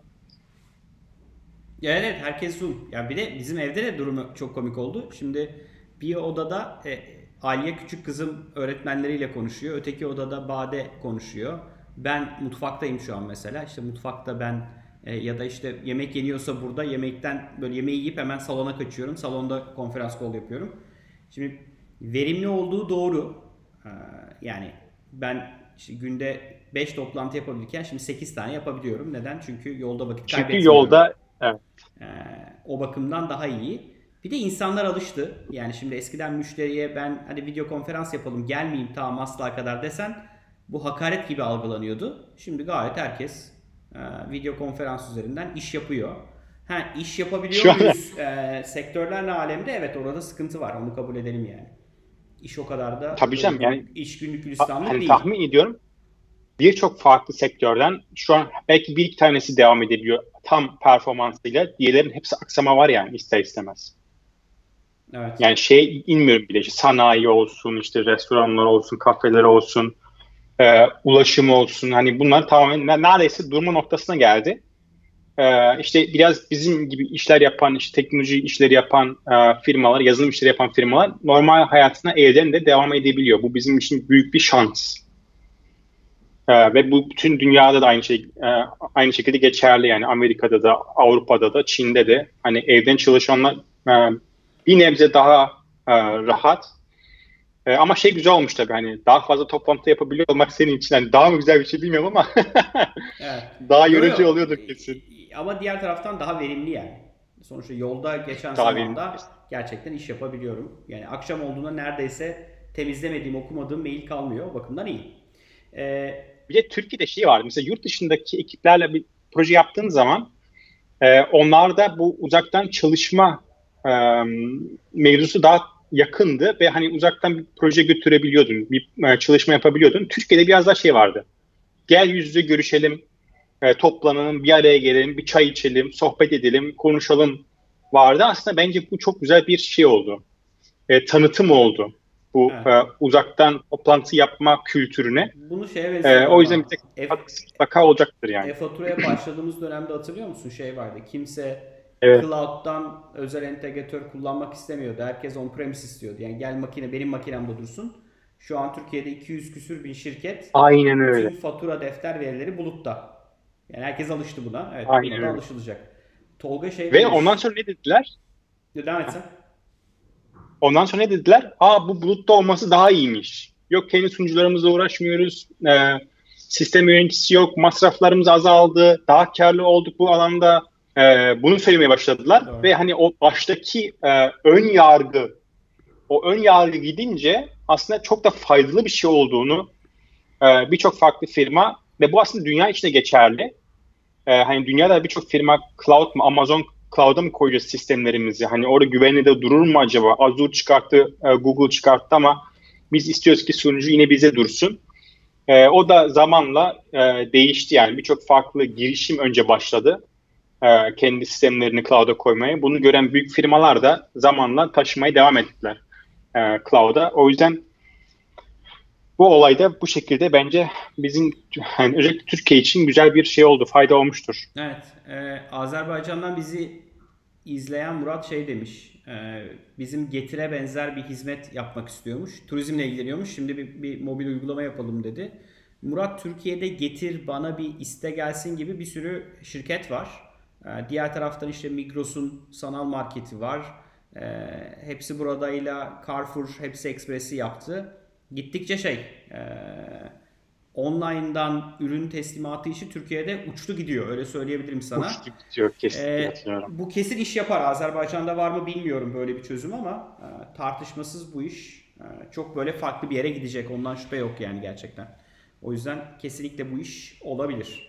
Ya evet, herkes Zoom. Ya bir de bizim evde de durumu çok komik oldu. Şimdi bir odada e, Aliye küçük kızım öğretmenleriyle konuşuyor. Öteki odada Bade konuşuyor. Ben mutfaktayım şu an mesela. İşte mutfakta ben e, ya da işte yemek yeniyorsa burada yemekten böyle yemeği yiyip hemen salona kaçıyorum. Salonda konferans call yapıyorum. Şimdi verimli olduğu doğru. Ee, yani ben işte günde beş toplantı yapabilirken şimdi sekiz tane yapabiliyorum. Neden? Çünkü yolda vakit Çünkü kaybetmiyorum. yolda evet, Ee, o bakımdan daha iyi. Bir de insanlar alıştı. Yani şimdi eskiden müşteriye ben hadi video konferans yapalım gelmeyeyim tamam asla kadar desen bu hakaret gibi algılanıyordu. Şimdi gayet herkes e, video konferans üzerinden iş yapıyor. Ha, iş yapabiliyor şu an muyuz? E, sektörler ne alemde? Evet, orada sıkıntı var. Onu kabul edelim yani. İş o kadar da tabii böyle canım yani günlük iş günlük ha- gülistanlık hani değil. tahmin ediyorum birçok farklı sektörden şu an belki bir iki tanesi devam edebiliyor tam performansıyla. Diğerlerin hepsi aksama var yani ister istemez. Evet. Yani şey inmiyorum bile işte sanayi olsun, işte restoranlar olsun, kafeler olsun, e, ulaşım olsun. Hani bunlar tamamen ne- neredeyse durma noktasına geldi. E, işte biraz bizim gibi işler yapan, işte teknoloji işleri yapan e, firmalar, yazılım işleri yapan firmalar normal hayatına evden de devam edebiliyor. Bu bizim için büyük bir şans. Ee, ve bu bütün dünyada da aynı şey e, aynı şekilde geçerli yani Amerika'da da Avrupa'da da Çin'de de hani evden çalışanlar e, bir nebze daha e, rahat. E, ama şey güzel olmuş tabii hani daha fazla toplantı yapabiliyor olmak senin için hani daha mı güzel bir şey bilmiyorum ama Evet. daha Yo yo. yorucu oluyordur kesin. Ee, Ama diğer taraftan daha verimli yani. Sonuçta yolda geçen Daha verimli. zamanda gerçekten iş yapabiliyorum. Yani akşam olduğunda neredeyse temizlemediğim, okumadığım mail kalmıyor. O bakımdan iyi. Ee, Bir de Türkiye'de şey var mesela yurt dışındaki ekiplerle bir proje yaptığın zaman e, onlarda bu uzaktan çalışma e, mevzusu daha yakındı ve hani uzaktan bir proje götürebiliyordun, bir e, çalışma yapabiliyordun. Türkiye'de biraz daha şey vardı. Gel yüz yüze görüşelim, e, toplanalım, bir araya gelelim, bir çay içelim, sohbet edelim, konuşalım vardı. Aslında bence bu çok güzel bir şey oldu. E, tanıtım oldu. Bu evet. e, uzaktan toplantı yapma kültürüne. Bunu şeye E, benziyorum o yüzden ama. bize F, katkısı mutlaka olacaktır yani. e-faturaya başladığımız dönemde hatırlıyor musun? Şey vardı. Kimse Evet. cloud'dan özel entegratör kullanmak istemiyordu. Herkes on-premise istiyordu. Yani gel makine benim makinemde dursun. Şu an Türkiye'de iki yüz küsür bin şirket Aynen bütün öyle. fatura defter verileri bulutta. Yani herkes alıştı buna. Evet, buna Aynen da öyle. alışılacak. Tolga şey Ve ondan demiş. sonra ne dediler? Devam etsen. Ondan sonra ne dediler? Aa bu bulutta olması daha iyiymiş. Yok kendi sunucularımızla uğraşmıyoruz. Ee, sistem yöneticisi yok. Masraflarımız azaldı. Daha karlı olduk bu alanda. Ee, bunu söylemeye başladılar. Doğru. Ve hani o baştaki e, ön yargı, o ön yargı gidince aslında çok da faydalı bir şey olduğunu e, birçok farklı firma ve bu aslında dünya içinde geçerli. E, hani dünyada birçok firma cloud, Amazon cloud'a mı koyacağız sistemlerimizi? Hani orada güvenli de durur mu acaba? Azure çıkarttı, e, Google çıkarttı ama biz istiyoruz ki sunucu yine bize dursun. E, o da zamanla e, değişti yani. Birçok farklı girişim önce başladı. E, kendi sistemlerini cloud'a koymaya. Bunu gören büyük firmalar da zamanla taşımaya devam ettiler e, cloud'a. O yüzden bu olay da bu şekilde bence bizim yani özellikle Türkiye için güzel bir şey oldu, fayda olmuştur. Evet, e, Azerbaycan'dan bizi izleyen Murat şey demiş, e, bizim Getir'e benzer bir hizmet yapmak istiyormuş, turizmle ilgileniyormuş, şimdi bir, bir mobil uygulama yapalım dedi. Murat, Türkiye'de Getir, bana bir iste gelsin gibi bir sürü şirket var. E, diğer taraftan işte Migros'un sanal marketi var, e, hepsi buradayla Carrefour, hepsi Express'i yaptı. Gittikçe şey, e, online'dan ürün teslimatı işi Türkiye'de uçtu gidiyor. Öyle söyleyebilirim sana. Uçtu gidiyor kesinlikle. Ee, bu kesin iş yapar. Azerbaycan'da var mı bilmiyorum böyle bir çözüm ama e, tartışmasız bu iş e, çok böyle farklı bir yere gidecek. Ondan şüphe yok yani gerçekten. O yüzden kesinlikle bu iş olabilir.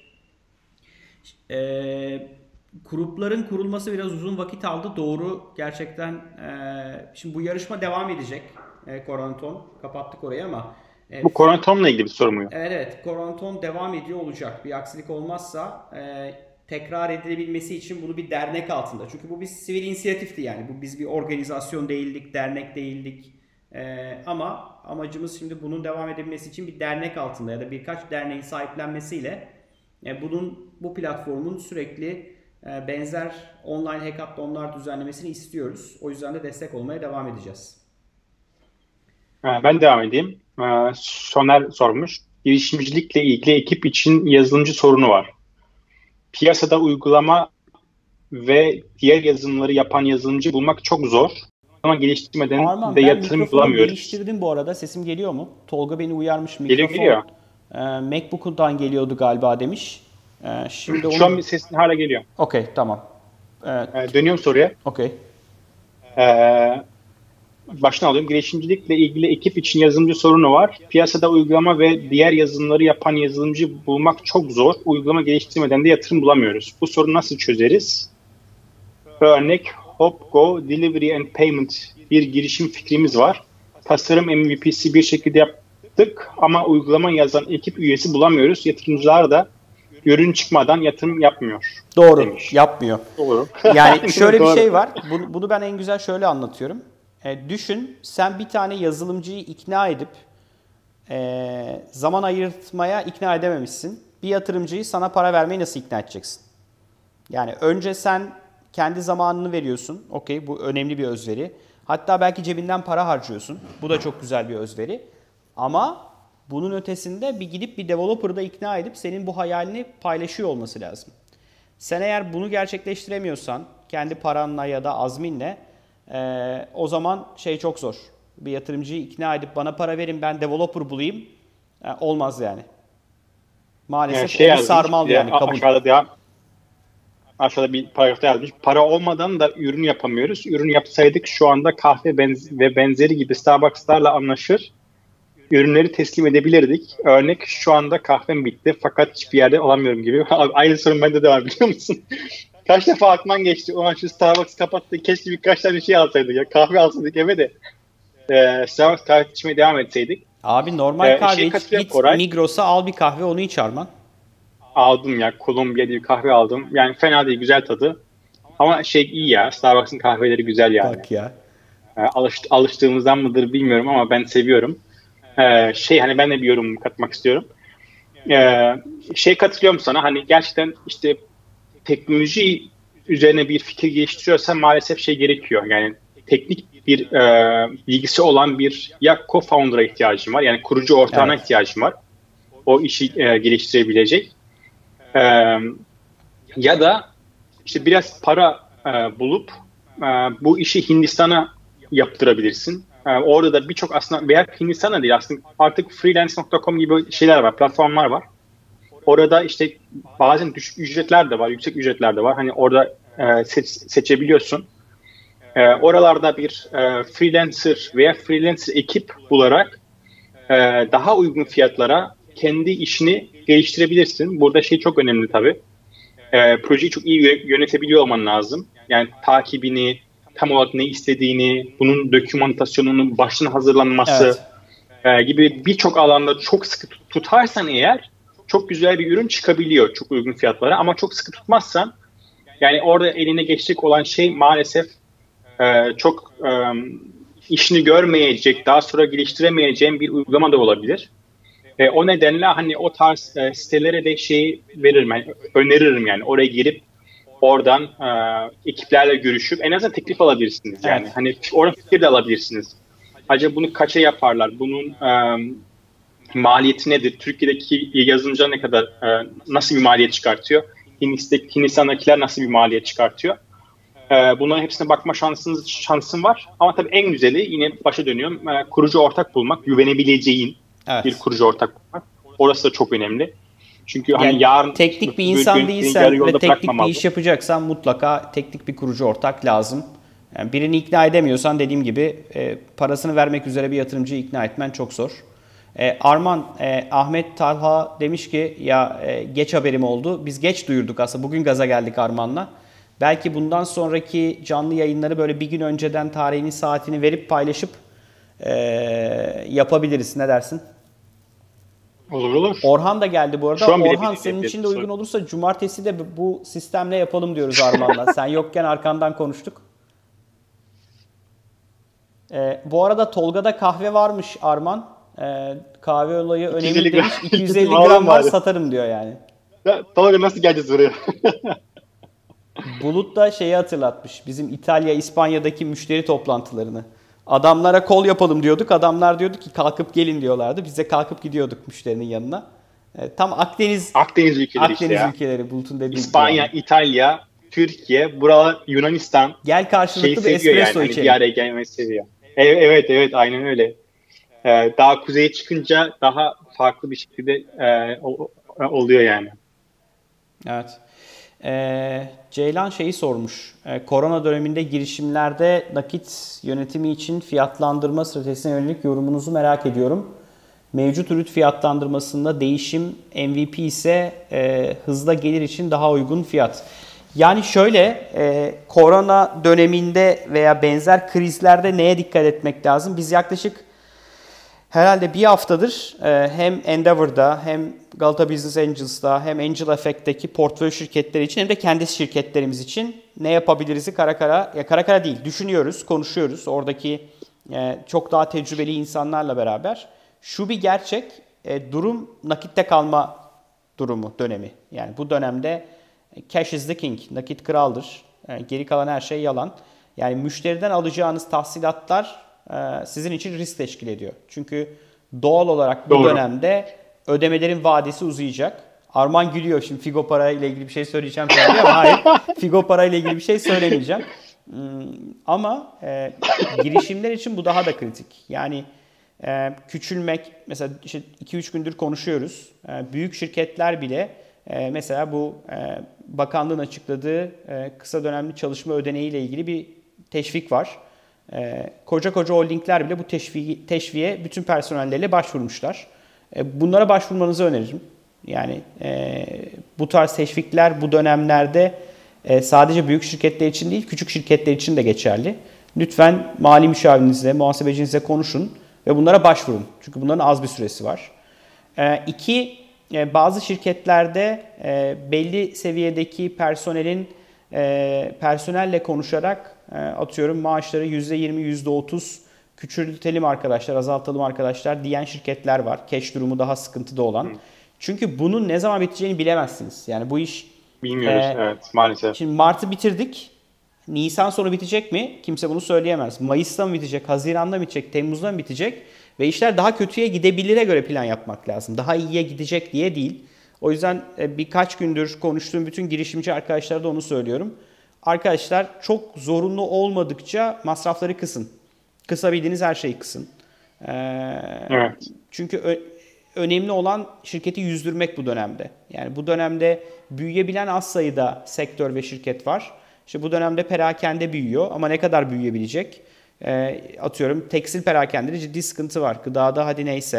Ee, grupların kurulması biraz uzun vakit aldı. Doğru gerçekten. E, şimdi bu yarışma devam edecek. E, Koronaton. Kapattık orayı ama e, Bu Koronaton'la ilgili bir soru mu? Evet, evet. Koronaton devam ediyor olacak. Bir aksilik olmazsa e, tekrar edilebilmesi için bunu bir dernek altında. Çünkü bu bir sivil inisiyatifti yani. Bu biz bir organizasyon değildik, dernek değildik. E, ama amacımız şimdi bunun devam edebilmesi için bir dernek altında ya da birkaç derneğin sahiplenmesiyle e, bunun bu platformun sürekli e, benzer online hackathonlar düzenlemesini istiyoruz. O yüzden de destek olmaya devam edeceğiz. Ben devam edeyim. Soner sormuş. Girişimcilikle ilgili ekip için yazılımcı sorunu var. Piyasada uygulama ve diğer yazılımları yapan yazılımcı bulmak çok zor. Ama geliştirmeden Arman, de ben yatırım mikrofonu bulamıyoruz. değiştirdim bu arada. Sesim geliyor mu? Tolga beni uyarmış. Mikrofon Geliyor geliyor. e, MacBook'undan geliyordu galiba demiş. E, şimdi Şu onu... an sesin hala geliyor. Okey, tamam. Evet. Ee, dönüyorum soruya. Okey. Ee, baştan alıyorum. Girişimcilikle ilgili ekip için yazılımcı sorunu var. Piyasada uygulama ve diğer yazılımları yapan yazılımcı bulmak çok zor. Uygulama geliştirmeden de yatırım bulamıyoruz. Bu sorunu nasıl çözeriz? Örnek HopGo Delivery and Payment bir girişim fikrimiz var. Tasarım M V P'si bir şekilde yaptık ama uygulama yazan ekip üyesi bulamıyoruz. Yatırımcılar da ürün çıkmadan yatırım yapmıyor. Doğru, demiş. yapmıyor. Doğru. Yani şöyle bir Doğru. şey var. Bunu, bunu ben en güzel şöyle anlatıyorum. E, düşün, sen bir tane yazılımcıyı ikna edip e, zaman ayırtmaya ikna edememişsin. Bir yatırımcıyı sana para vermeyi nasıl ikna edeceksin? Yani önce sen kendi zamanını veriyorsun. Okey, bu önemli bir özveri. Hatta belki cebinden para harcıyorsun. Bu da çok güzel bir özveri. Ama bunun ötesinde bir gidip bir developer'ı da ikna edip senin bu hayalini paylaşıyor olması lazım. Sen eğer bunu gerçekleştiremiyorsan kendi paranla ya da azminle e, o zaman şey çok zor. Bir yatırımcıyı ikna edip bana para verin ben developer bulayım e, olmaz yani. Maalesef Yani şey o bir yazmış, sarmal yani kabul. Aşağıda, devam, aşağıda bir paragrafta yazmış. Para olmadan da ürün yapamıyoruz. Ürün yapsaydık şu anda kahve benz ve benzeri gibi Starbucks'larla anlaşır. Ürünleri teslim edebilirdik. Örnek şu anda kahvem bitti fakat hiçbir yerde alamıyorum gibi. Aynı sorun bende de var biliyor musun? Kaç defa aklımdan geçti. O an şu Starbucks kapattı. Keşke birkaç tane şey alsaydık ya. Kahve alsaydık eve de. Ee, Starbucks kahve içmeye devam etseydik. Abi normal Ee, kahve şey iç, git Koray. Migros'a al bir kahve onu iç Arman. Aldım ya. Kolombiya diye bir kahve aldım. Yani fena değil. Güzel tadı. Ama şey iyi ya. Starbucks'ın kahveleri güzel yani. Bak ya. Ee, alış, alıştığımızdan mıdır bilmiyorum ama ben seviyorum. Ee, şey hani ben de bir yorum katmak istiyorum. Ee, şey katılıyorum sana. Hani gerçekten işte teknoloji üzerine bir fikir geliştiriyorsan maalesef şey gerekiyor. Yani teknik bir e, bilgisi olan bir ya co-founder'a ihtiyacım var. Yani kurucu ortağına Evet. ihtiyacım var. O işi e, geliştirebilecek. E, ya da işte biraz para e, bulup e, bu işi Hindistan'a yaptırabilirsin. E, orada da birçok aslında veya Hindistan'a değil aslında artık freelance nokta com gibi şeyler var, platformlar var. Orada işte bazen düşük ücretler de var, yüksek ücretler de var. Hani orada e, seç, seçebiliyorsun. E, oralarda bir e, freelancer veya freelancer ekip bularak e, daha uygun fiyatlara kendi işini geliştirebilirsin. Burada şey çok önemli tabii. E, projeyi çok iyi yönetebiliyor olman lazım. Yani takibini, tam olarak ne istediğini, bunun dokümantasyonunun baştan hazırlanması Evet. e, gibi birçok alanda çok sıkı tutarsan eğer çok güzel bir ürün çıkabiliyor çok uygun fiyatlara. Ama çok sıkı tutmazsan yani orada eline geçecek olan şey maalesef e, çok e, işini görmeyecek, daha sonra geliştiremeyeceğim bir uygulama da olabilir. E, o nedenle hani o tarz e, sitelere de şey veririm, yani, öneririm yani oraya girip oradan e, ekiplerle görüşüp en azından teklif alabilirsiniz yani. Evet. Hani oradan fikir de alabilirsiniz. Acaba bunu kaça yaparlar? Bunun e, maliyeti nedir? Türkiye'deki yazılımcılar ne kadar e, nasıl bir maliyet çıkartıyor? Hindistan'dakiler nasıl bir maliyet çıkartıyor? E, bunların hepsine bakma şansınız şansın var. Ama tabii en güzeli yine başa dönüyorum. E, kurucu ortak bulmak, güvenebileceğin bir Evet. kurucu ortak bulmak. Orası da çok önemli. Çünkü hani Yani yarın teknik bir bir insan gün değilsen yarı ve yolda teknik bir bırakmamalı. iş yapacaksan mutlaka teknik bir kurucu ortak lazım. Yani birini ikna edemiyorsan dediğim gibi e, parasını vermek üzere bir yatırımcıyı ikna etmen çok zor. E, Arman, e, Ahmet Talha demiş ki ya e, geç haberim oldu. Biz geç duyurduk aslında. Bugün gaza geldik Arman'la. Belki bundan sonraki canlı yayınları böyle bir gün önceden tarihini saatini verip paylaşıp e, yapabiliriz. Ne dersin? Olur olur. Orhan da geldi bu arada. Şu an bile Orhan bir- senin bir- için de bir- uygun olursa cumartesi de bu sistemle yapalım diyoruz Arman'la. Sen yokken arkandan konuştuk. Ee, bu arada Tolga'da kahve varmış Arman. Ee, kahve olayı iki yüz önemli elli gram. demiş. iki yüz elli Alalım gram var bari. satarım diyor yani. Ya, Tolga nasıl geleceğiz buraya? Bulut da şeyi hatırlatmış. Bizim İtalya, İspanya'daki müşteri toplantılarını. Adamlara kol yapalım diyorduk. Adamlar diyordu ki kalkıp gelin diyorlardı. Biz de kalkıp gidiyorduk müşterinin yanına. Ee, tam Akdeniz Akdeniz ülkeleri işte Akdeniz ya. ülkeleri Bulut'un dediği gibi İspanya, yani. İtalya, Türkiye, buralar Yunanistan Gel şey karşılıklı bir seviyor yani. espresso Hani bir içelim. araya gelmeyi seviyor. Evet evet, evet aynen öyle. Ee, daha kuzeye çıkınca daha farklı bir şekilde e, o- o- oluyor yani. Evet. Ee, Ceylan şeyi sormuş. Ee, korona döneminde girişimlerde nakit yönetimi için fiyatlandırma stratejisine yönelik yorumunuzu merak ediyorum. Mevcut ürün fiyatlandırmasında değişim M V P ise e, hızla gelir için daha uygun fiyat. Yani şöyle e, korona döneminde veya benzer krizlerde neye dikkat etmek lazım? Biz yaklaşık herhalde bir haftadır e, hem Endeavor'da hem Galata Business Angels'da hem Angel Effect'teki portföy şirketleri için hem de kendi şirketlerimiz için ne yapabiliriz'i kara kara, ya kara kara değil düşünüyoruz, konuşuyoruz. Oradaki e, çok daha tecrübeli insanlarla beraber. Şu bir gerçek, e, durum nakitte kalma durumu, dönemi. Yani bu dönemde cash is the king, nakit kraldır. E, geri kalan her şey yalan. Yani müşteriden alacağınız tahsilatlar e, sizin için risk teşkil ediyor. Çünkü doğal olarak bu Doğru. dönemde ödemelerin vadesi uzayacak. Arman gülüyor şimdi Figo Para ile ilgili bir şey söyleyeceğim tabii ama hayır. Figo Para ile ilgili bir şey söylemeyeceğim. Hmm, Ama e, girişimler için bu daha da kritik. Yani e, küçülmek, mesela işte iki üç gündür konuşuyoruz. E, büyük şirketler bile e, mesela bu e, bakanlığın açıkladığı e, kısa dönemli çalışma ödeneği ile ilgili bir teşvik var. E, koca koca holdingler bile bu teşviki, teşviğe bütün personelleriyle başvurmuşlar. E, bunlara başvurmanızı öneririm. Yani e, bu tarz teşvikler bu dönemlerde e, sadece büyük şirketler için değil, küçük şirketler için de geçerli. Lütfen mali müşavirinizle, muhasebecinizle konuşun ve bunlara başvurun. Çünkü bunların az bir süresi var. E, iki, e, bazı şirketlerde e, belli seviyedeki personelin e, personelle konuşarak e, atıyorum maaşları yüzde yirmi, yüzde otuz küçültelim arkadaşlar, azaltalım arkadaşlar diyen şirketler var. Cash durumu daha sıkıntıda olan. Çünkü bunun ne zaman biteceğini bilemezsiniz. Yani bu iş Bilmiyoruz e, evet maalesef. şimdi Mart'ı bitirdik. Nisan sonu bitecek mi? Kimse bunu söyleyemez. Mayıs'ta mı bitecek? Haziran'da mı bitecek? Temmuz'da mı bitecek? Ve işler daha kötüye gidebilire göre plan yapmak lazım. Daha iyiye gidecek diye değil. O yüzden e, birkaç gündür konuştuğum bütün girişimci arkadaşlara da onu söylüyorum. Arkadaşlar çok zorunlu olmadıkça masrafları kısın. Kısabildiğiniz her şeyi kısın. Ee, Evet. Çünkü ö- önemli olan şirketi yüzdürmek bu dönemde. Yani bu dönemde büyüyebilen az sayıda sektör ve şirket var. İşte bu dönemde perakende büyüyor ama ne kadar büyüyebilecek? Ee, atıyorum tekstil perakendede ciddi sıkıntı var. Gıdada hadi neyse.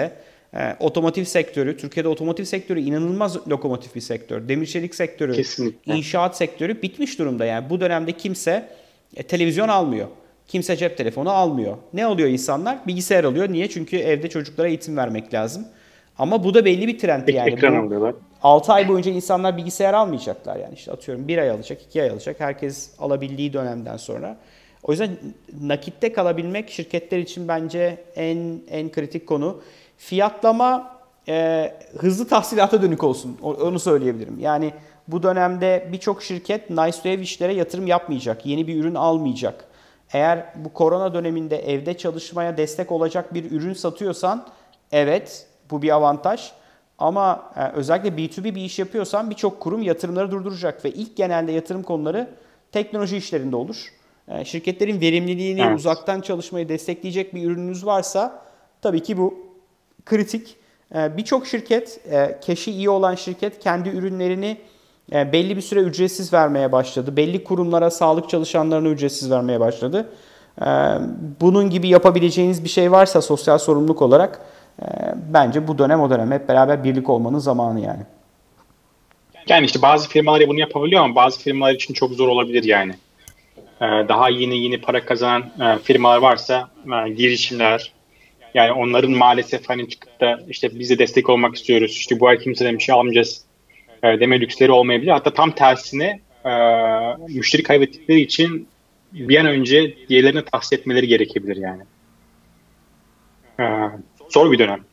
E, otomotiv sektörü, Türkiye'de otomotiv sektörü inanılmaz lokomotif bir sektör. Demir çelik sektörü, Kesinlikle. inşaat sektörü bitmiş durumda. Yani bu dönemde kimse e, televizyon almıyor. Kimse cep telefonu almıyor. Ne alıyor insanlar? Bilgisayar alıyor. Niye? Çünkü evde çocuklara eğitim vermek lazım. Ama bu da belli bir trend Ek- yani. ekran Bu alıyorlar. altı ay boyunca insanlar bilgisayar almayacaklar yani. İşte atıyorum bir ay alacak, iki ay alacak. Herkes alabildiği dönemden sonra. O yüzden nakitte kalabilmek şirketler için bence en en kritik konu. Fiyatlama e, hızlı tahsilata dönük olsun. Onu söyleyebilirim. Yani bu dönemde birçok şirket nice to have işlere yatırım yapmayacak. Yeni bir ürün almayacak. Eğer bu korona döneminde evde çalışmaya destek olacak bir ürün satıyorsan evet bu bir avantaj. Ama e, özellikle B iki B bir iş yapıyorsan birçok kurum yatırımları durduracak ve ilk genelde yatırım konuları teknoloji işlerinde olur. E, şirketlerin verimliliğini, Evet. uzaktan çalışmayı destekleyecek bir ürününüz varsa tabii ki bu kritik. E, birçok şirket, e, cash'i iyi olan şirket kendi ürünlerini e, belli bir süre ücretsiz vermeye başladı. Belli kurumlara, sağlık çalışanlarına ücretsiz vermeye başladı. E, bunun gibi yapabileceğiniz bir şey varsa sosyal sorumluluk olarak e, bence bu dönem o dönem hep beraber birlik olmanın zamanı yani. Yani işte bazı firmalar bunu yapabiliyor ama bazı firmalar için çok zor olabilir yani. Ee, daha yeni yeni para kazanan e, firmalar varsa e, girişimler, yani onların maalesef hani çıkıp da işte biz de destek olmak istiyoruz, işte bu ay kimseden bir şey almayacağız e, deme lüksleri olmayabilir. Hatta tam tersine e, müşteri kaybettikleri için bir an önce diğerlerine tahsis etmeleri gerekebilir yani. E, Zor bir dönem.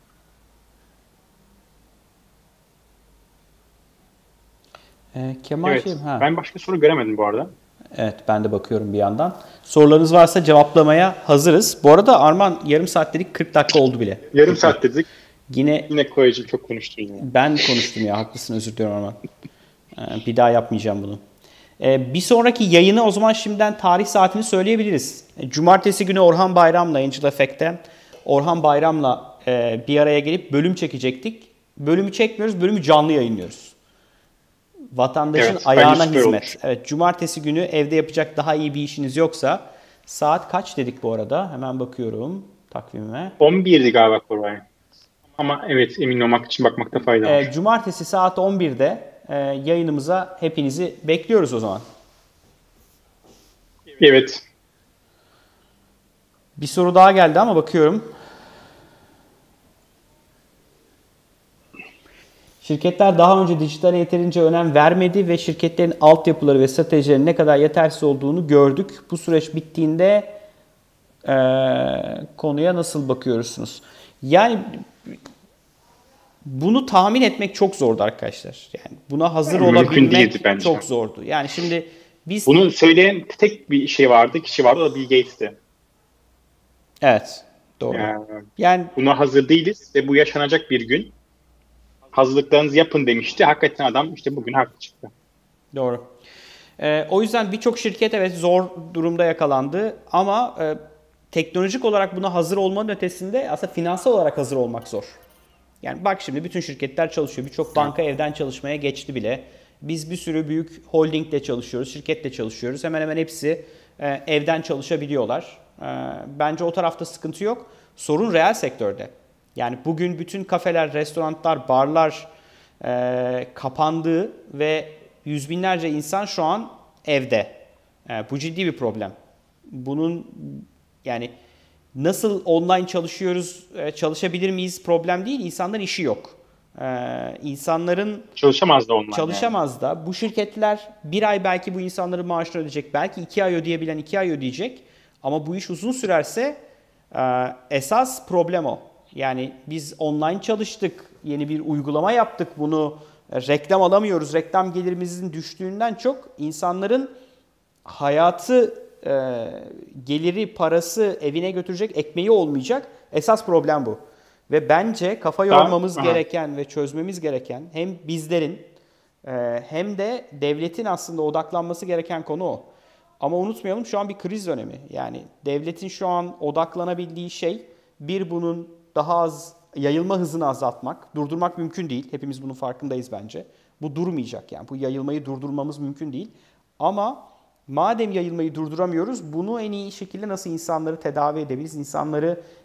E, Kemal'ciğim, Evet. ha. Ben başka soru göremedim bu arada. Evet, ben de bakıyorum bir yandan. Sorularınız varsa cevaplamaya hazırız. Bu arada Arman yarım saat dedik, kırk dakika oldu bile. Yarım saat dedik. Yine Yine koyacağım, çok konuştun yani. ben konuştum ya, haklısın, özür diliyorum Arman. Ee, bir daha yapmayacağım bunu. Ee, bir sonraki yayını o zaman şimdiden tarih saatini söyleyebiliriz. E, Cumartesi günü Orhan Bayram'la, Angel Effect'te Orhan Bayram'la e, bir araya gelip bölüm çekecektik. Bölümü çekmiyoruz, bölümü canlı yayınlıyoruz. Vatandaşın Evet, bence ayağına süper hizmet. olur. Evet, cumartesi günü evde yapacak daha iyi bir işiniz yoksa saat kaç dedik bu arada? Hemen bakıyorum takvimime. on birdi galiba Koray. Ama evet, emin olmak için bakmakta fayda var. E, cumartesi saat on birde e, yayınımıza hepinizi bekliyoruz o zaman. Evet. Bir soru daha geldi ama bakıyorum. Şirketler daha önce dijitale yeterince önem vermedi ve şirketlerin altyapıları ve stratejileri ne kadar yetersiz olduğunu gördük. Bu süreç bittiğinde e, konuya nasıl bakıyorsunuz? Yani bunu tahmin etmek çok zordu arkadaşlar. Yani buna hazır Mümkün olabilmek değildi bence. çok zordu. Yani şimdi biz... Bunu söyleyen tek bir şey vardı, kişi vardı, o da Bill Gates'ti. Evet, doğru. Yani, Yani buna hazır değiliz ve bu yaşanacak bir gün. Hazırlıklarınızı yapın demişti. Hakikaten adam işte bugün haklı çıktı. doğru. Ee, o yüzden birçok şirket evet zor durumda yakalandı ama e, teknolojik olarak buna hazır olmanın ötesinde aslında finansal olarak hazır olmak zor. Yani bak şimdi bütün şirketler çalışıyor. Birçok banka evden çalışmaya geçti bile. Biz bir sürü büyük holdingle çalışıyoruz, şirketle çalışıyoruz. Hemen hemen hepsi e, evden çalışabiliyorlar. E, bence o tarafta sıkıntı yok. Sorun reel sektörde. Yani bugün bütün kafeler, restoranlar, barlar e, kapandı ve yüz binlerce insan şu an evde. E, bu ciddi bir problem. Bunun yani nasıl online çalışıyoruz, e, çalışabilir miyiz problem değil. İnsanların işi yok. Ee, insanların Çalışamaz da onlar. çalışamaz yani. da. Bu şirketler bir ay belki bu insanların maaşını ödeyecek. Belki iki ay ödeyebilen iki ay ödeyecek. Ama bu iş uzun sürerse e, esas problem o. Yani biz online çalıştık. Yeni bir uygulama yaptık. Bunu e, reklam alamıyoruz. Reklam gelirimizin düştüğünden çok insanların hayatı, e, geliri, parası, evine götürecek ekmeği olmayacak. Esas problem bu. Ve bence kafa yormamız Aha. gereken ve çözmemiz gereken hem bizlerin e, hem de devletin aslında odaklanması gereken konu o. Ama unutmayalım şu an bir kriz dönemi. Yani devletin şu an odaklanabildiği şey bir bunun daha az yayılma hızını azaltmak. Durdurmak mümkün değil. Hepimiz bunun farkındayız bence. Bu durmayacak yani. Bu yayılmayı durdurmamız mümkün değil. Ama madem yayılmayı durduramıyoruz, bunu en iyi şekilde nasıl insanları tedavi edebiliriz? İnsanları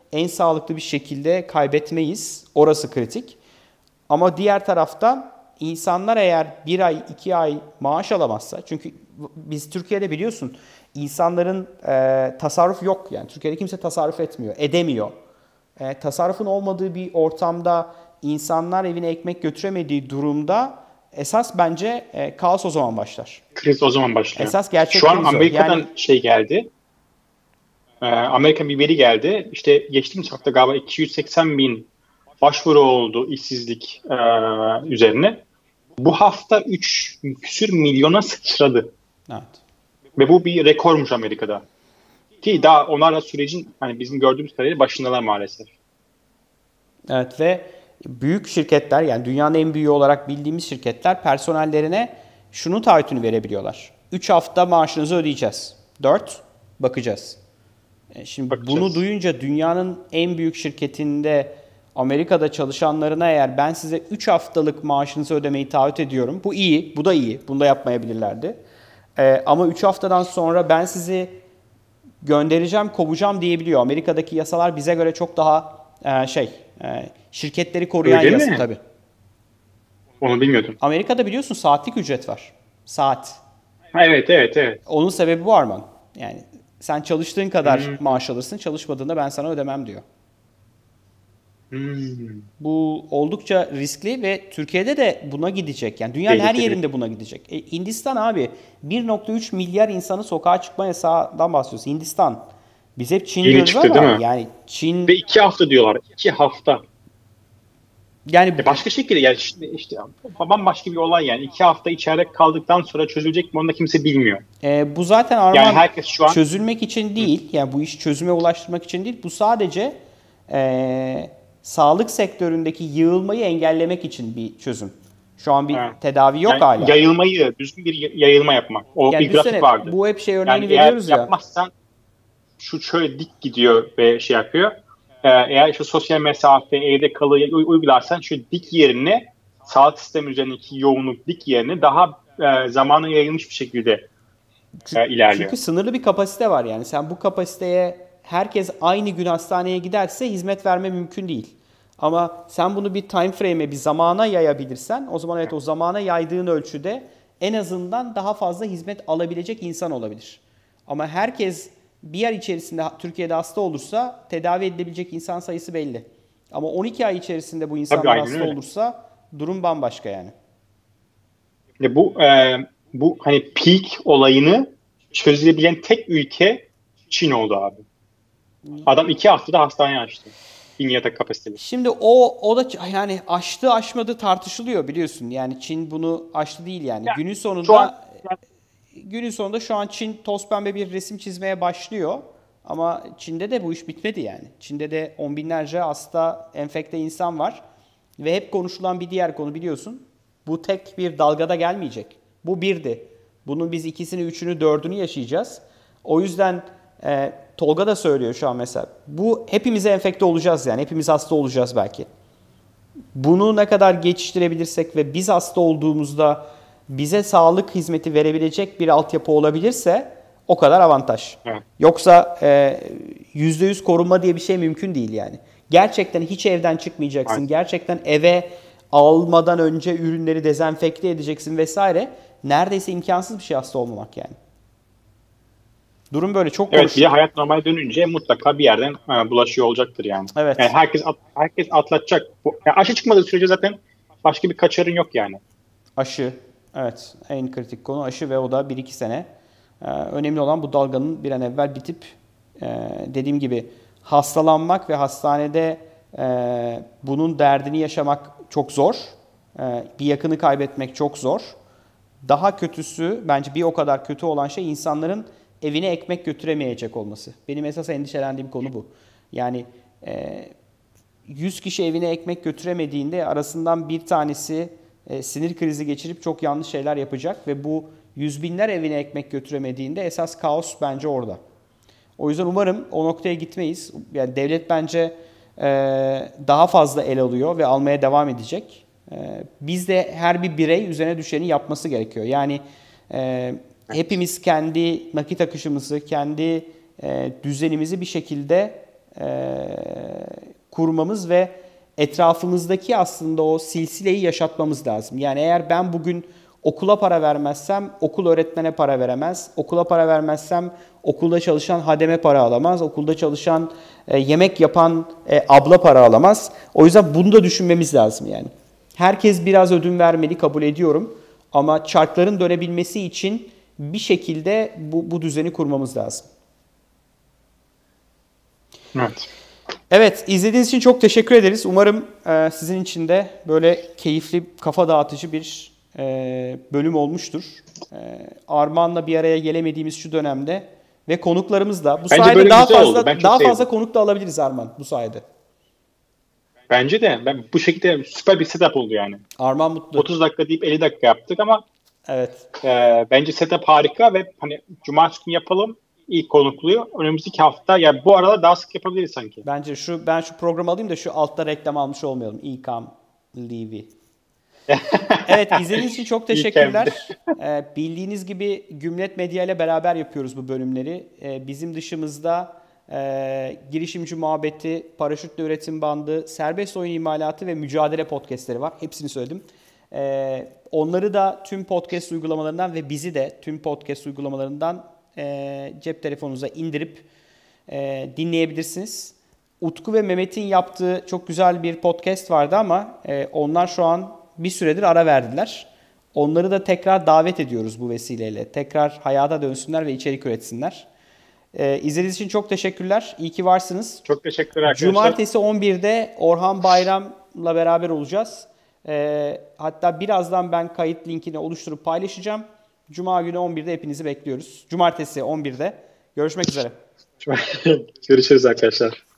en sağlıklı bir şekilde kaybetmeyiz. Orası kritik. Ama diğer tarafta insanlar eğer bir ay, iki ay maaş alamazsa, çünkü biz Türkiye'de biliyorsun insanların e, tasarruf yok. Yani Türkiye'de kimse tasarruf etmiyor, edemiyor. E, tasarrufun olmadığı bir ortamda insanlar evine ekmek götüremediği durumda esas bence e, kaos o zaman başlar. Kriz o zaman başlıyor. Esas gerçek Şu an kriz o. Amerika'dan Yani, şey geldi. E, Amerika bir veri geldi. İşte geçtiğimiz hafta galiba iki yüz seksen bin başvuru oldu işsizlik e, üzerine. Bu hafta üç küsür milyona sıçradı. evet. Ve bu bir rekormuş Amerika'da. Ki daha onlar da sürecin hani bizim gördüğümüz kadarıyla başındalar maalesef. Evet ve büyük şirketler, yani dünyanın en büyüğü olarak bildiğimiz şirketler personellerine şunu taahhütünü verebiliyorlar. üç hafta maaşınızı ödeyeceğiz. dört bakacağız. Şimdi Bakacağız. Bunu duyunca dünyanın en büyük şirketinde Amerika'da çalışanlarına eğer ben size üç haftalık maaşınızı ödemeyi taahhüt ediyorum. Bu iyi, bu da iyi. Bunu da yapmayabilirlerdi. Ee, ama üç haftadan sonra ben sizi göndereceğim, kovacağım diyebiliyor. Amerika'daki yasalar bize göre çok daha e, şey, e, şirketleri koruyan Öyle yasa mi? tabii. Onu bilmiyordum. Amerika'da biliyorsun saatlik ücret var. Saat. Ha, evet evet evet. Onun sebebi bu Arman. Yani sen çalıştığın kadar Hmm. maaş alırsın, çalışmadığında ben sana ödemem diyor. Hmm. Bu oldukça riskli ve Türkiye'de de buna gidecek. Yani dünyanın her Tehlikeli. yerinde buna gidecek. E, Hindistan abi bir nokta üç milyar insanı sokağa çıkma yasağından bahsediyoruz. Hindistan. Biz hep Çin Yeni diyoruz çıktı, ama değil mi? yani Çin Ve iki hafta diyorlar. iki hafta. yani E başka şekilde yani işte, işte bambaşka bir olay yani. iki hafta içeride kaldıktan sonra çözülecek mi onu da kimse bilmiyor. e, bu zaten Arman Yani herkes şu an çözülmek için değil. Yani bu iş çözüme ulaştırmak için değil. Bu sadece e, sağlık sektöründeki yığılmayı engellemek için bir çözüm. Şu an bir Evet. tedavi yok yani hala. yayılmayı, düzgün bir yayılma yapmak. O Yani bir grafik düşünsene, vardı. bu hep şey örneğini Yani eğer veriyoruz ya. yapmazsan şu şöyle dik gidiyor ve şey yapıyor. Ee, eğer şu sosyal mesafe, evde kalıyı uygularsan şu dik yerine sağlık sistemi üzerindeki yoğunluk dik yerine daha e, zamana yayılmış bir şekilde e, ilerliyor. Çünkü sınırlı bir kapasite var yani. Sen bu kapasiteye herkes aynı gün hastaneye giderse hizmet verme mümkün değil. Ama sen bunu bir time frame'e, bir zamana yayabilirsen o zaman evet o zamana yaydığın ölçüde en azından daha fazla hizmet alabilecek insan olabilir. Ama herkes bir yer içerisinde Türkiye'de hasta olursa tedavi edilebilecek insan sayısı belli. Ama on iki ay içerisinde bu insanlar Tabii, aynen hasta öyle. olursa durum bambaşka yani. Ve bu e, bu hani peak olayını çözebilen tek ülke Çin oldu abi. Adam iki haftada hastane açtı. Bin yatak kapasiteli. Şimdi o o da yani aştı aşmadı tartışılıyor biliyorsun. Yani Çin bunu aştı değil yani. Yani günün sonunda şu an- günün sonunda şu an Çin toz pembe bir resim çizmeye başlıyor. Ama Çin'de de bu iş bitmedi yani. Çin'de de on binlerce hasta, enfekte insan var. Ve hep konuşulan bir diğer konu biliyorsun. Bu tek bir dalgada gelmeyecek. Bu birdi. Bunun biz ikisini, üçünü, dördünü yaşayacağız. O yüzden e, Tolga da söylüyor şu an mesela. Bu hepimize enfekte olacağız yani. Hepimiz hasta olacağız belki. Bunu ne kadar geçiştirebilirsek ve biz hasta olduğumuzda bize sağlık hizmeti verebilecek bir altyapı olabilirse o kadar avantaj. Evet. Yoksa e, yüzde yüz korunma diye bir şey mümkün değil yani. Gerçekten hiç evden çıkmayacaksın. Evet. Gerçekten eve almadan önce ürünleri dezenfekte edeceksin vesaire. Neredeyse imkansız bir şey hasta olmamak yani. Durum böyle çok Evet, konuşulur. bir de hayat normal dönünce mutlaka bir yerden e, bulaşıyor olacaktır yani. Evet. Yani herkes at- herkes atlatacak. Bu, yani aşı çıkmadığı sürece zaten başka bir kaçarın yok yani. Aşı. Evet. En kritik konu aşı ve o da bir iki sene. Ee, önemli olan bu dalganın bir an evvel bitip e, dediğim gibi hastalanmak ve hastanede e, bunun derdini yaşamak çok zor. E, bir yakını kaybetmek çok zor. Daha kötüsü bence bir o kadar kötü olan şey insanların evine ekmek götüremeyecek olması. Benim esas endişelendiğim konu bu. Yani e, yüz kişi evine ekmek götüremediğinde arasından bir tanesi e, sinir krizi geçirip çok yanlış şeyler yapacak ve bu yüz binler evine ekmek götüremediğinde esas kaos bence orada. O yüzden umarım o noktaya gitmeyiz. Yani devlet bence e, daha fazla el alıyor ve almaya devam edecek. E, biz de her bir birey üzerine düşeni yapması gerekiyor. Yani e, hepimiz kendi nakit akışımızı, kendi e, düzenimizi bir şekilde e, kurmamız ve etrafımızdaki aslında o silsileyi yaşatmamız lazım. Yani eğer ben bugün okula para vermezsem okul öğretmene para veremez. Okula para vermezsem okulda çalışan hademe para alamaz. Okulda çalışan e, yemek yapan e, abla para alamaz. O yüzden bunu da düşünmemiz lazım yani. Herkes biraz ödün vermeli, kabul ediyorum. Ama çarkların dönebilmesi için bir şekilde bu, bu düzeni kurmamız lazım. Evet. Evet, izlediğiniz için çok teşekkür ederiz. Umarım e, sizin için de böyle keyifli, kafa dağıtıcı bir e, bölüm olmuştur. E, Armağan'la bir araya gelemediğimiz şu dönemde ve konuklarımızla bu Bence sayede böyle daha güzel oldu. fazla Ben çok daha sevdim. fazla konuk da alabiliriz Armağan bu sayede. Bence de. Ben bu şekilde süper bir setup oldu yani. Armağan mutlu. otuz dakika deyip elli dakika yaptık ama Evet. e, bence setup harika ve hani cumartesi günü yapalım ilk konukluğu. Önümüzdeki hafta ya yani bu arada daha sık yapabiliriz sanki. Bence şu ben şu programı alayım da şu altta reklam almış olmayalım. İKAM Levy. Evet, izlediğiniz için çok teşekkürler. Ee, bildiğiniz gibi Gümlet Medya ile beraber yapıyoruz bu bölümleri. Ee, bizim dışımızda e, girişimci muhabbeti, paraşütle üretim bandı, serbest oyun imalatı ve mücadele podcastleri var. Hepsini söyledim. Ee, onları da tüm podcast uygulamalarından ve bizi de tüm podcast uygulamalarından e, cep telefonunuza indirip e, dinleyebilirsiniz. Utku ve Mehmet'in yaptığı çok güzel bir podcast vardı ama e, onlar şu an bir süredir ara verdiler. Onları da tekrar davet ediyoruz bu vesileyle. Tekrar hayata dönsünler ve içerik üretsinler. Ee, izlediğiniz için çok teşekkürler. İyi ki varsınız. Çok teşekkürler arkadaşlar. Cumartesi on birde Orhan Bayram'la beraber olacağız. Ee, hatta birazdan ben kayıt linkini oluşturup paylaşacağım. Cuma günü on birde hepinizi bekliyoruz. Cumartesi on birde. Görüşmek üzere. Görüşürüz arkadaşlar.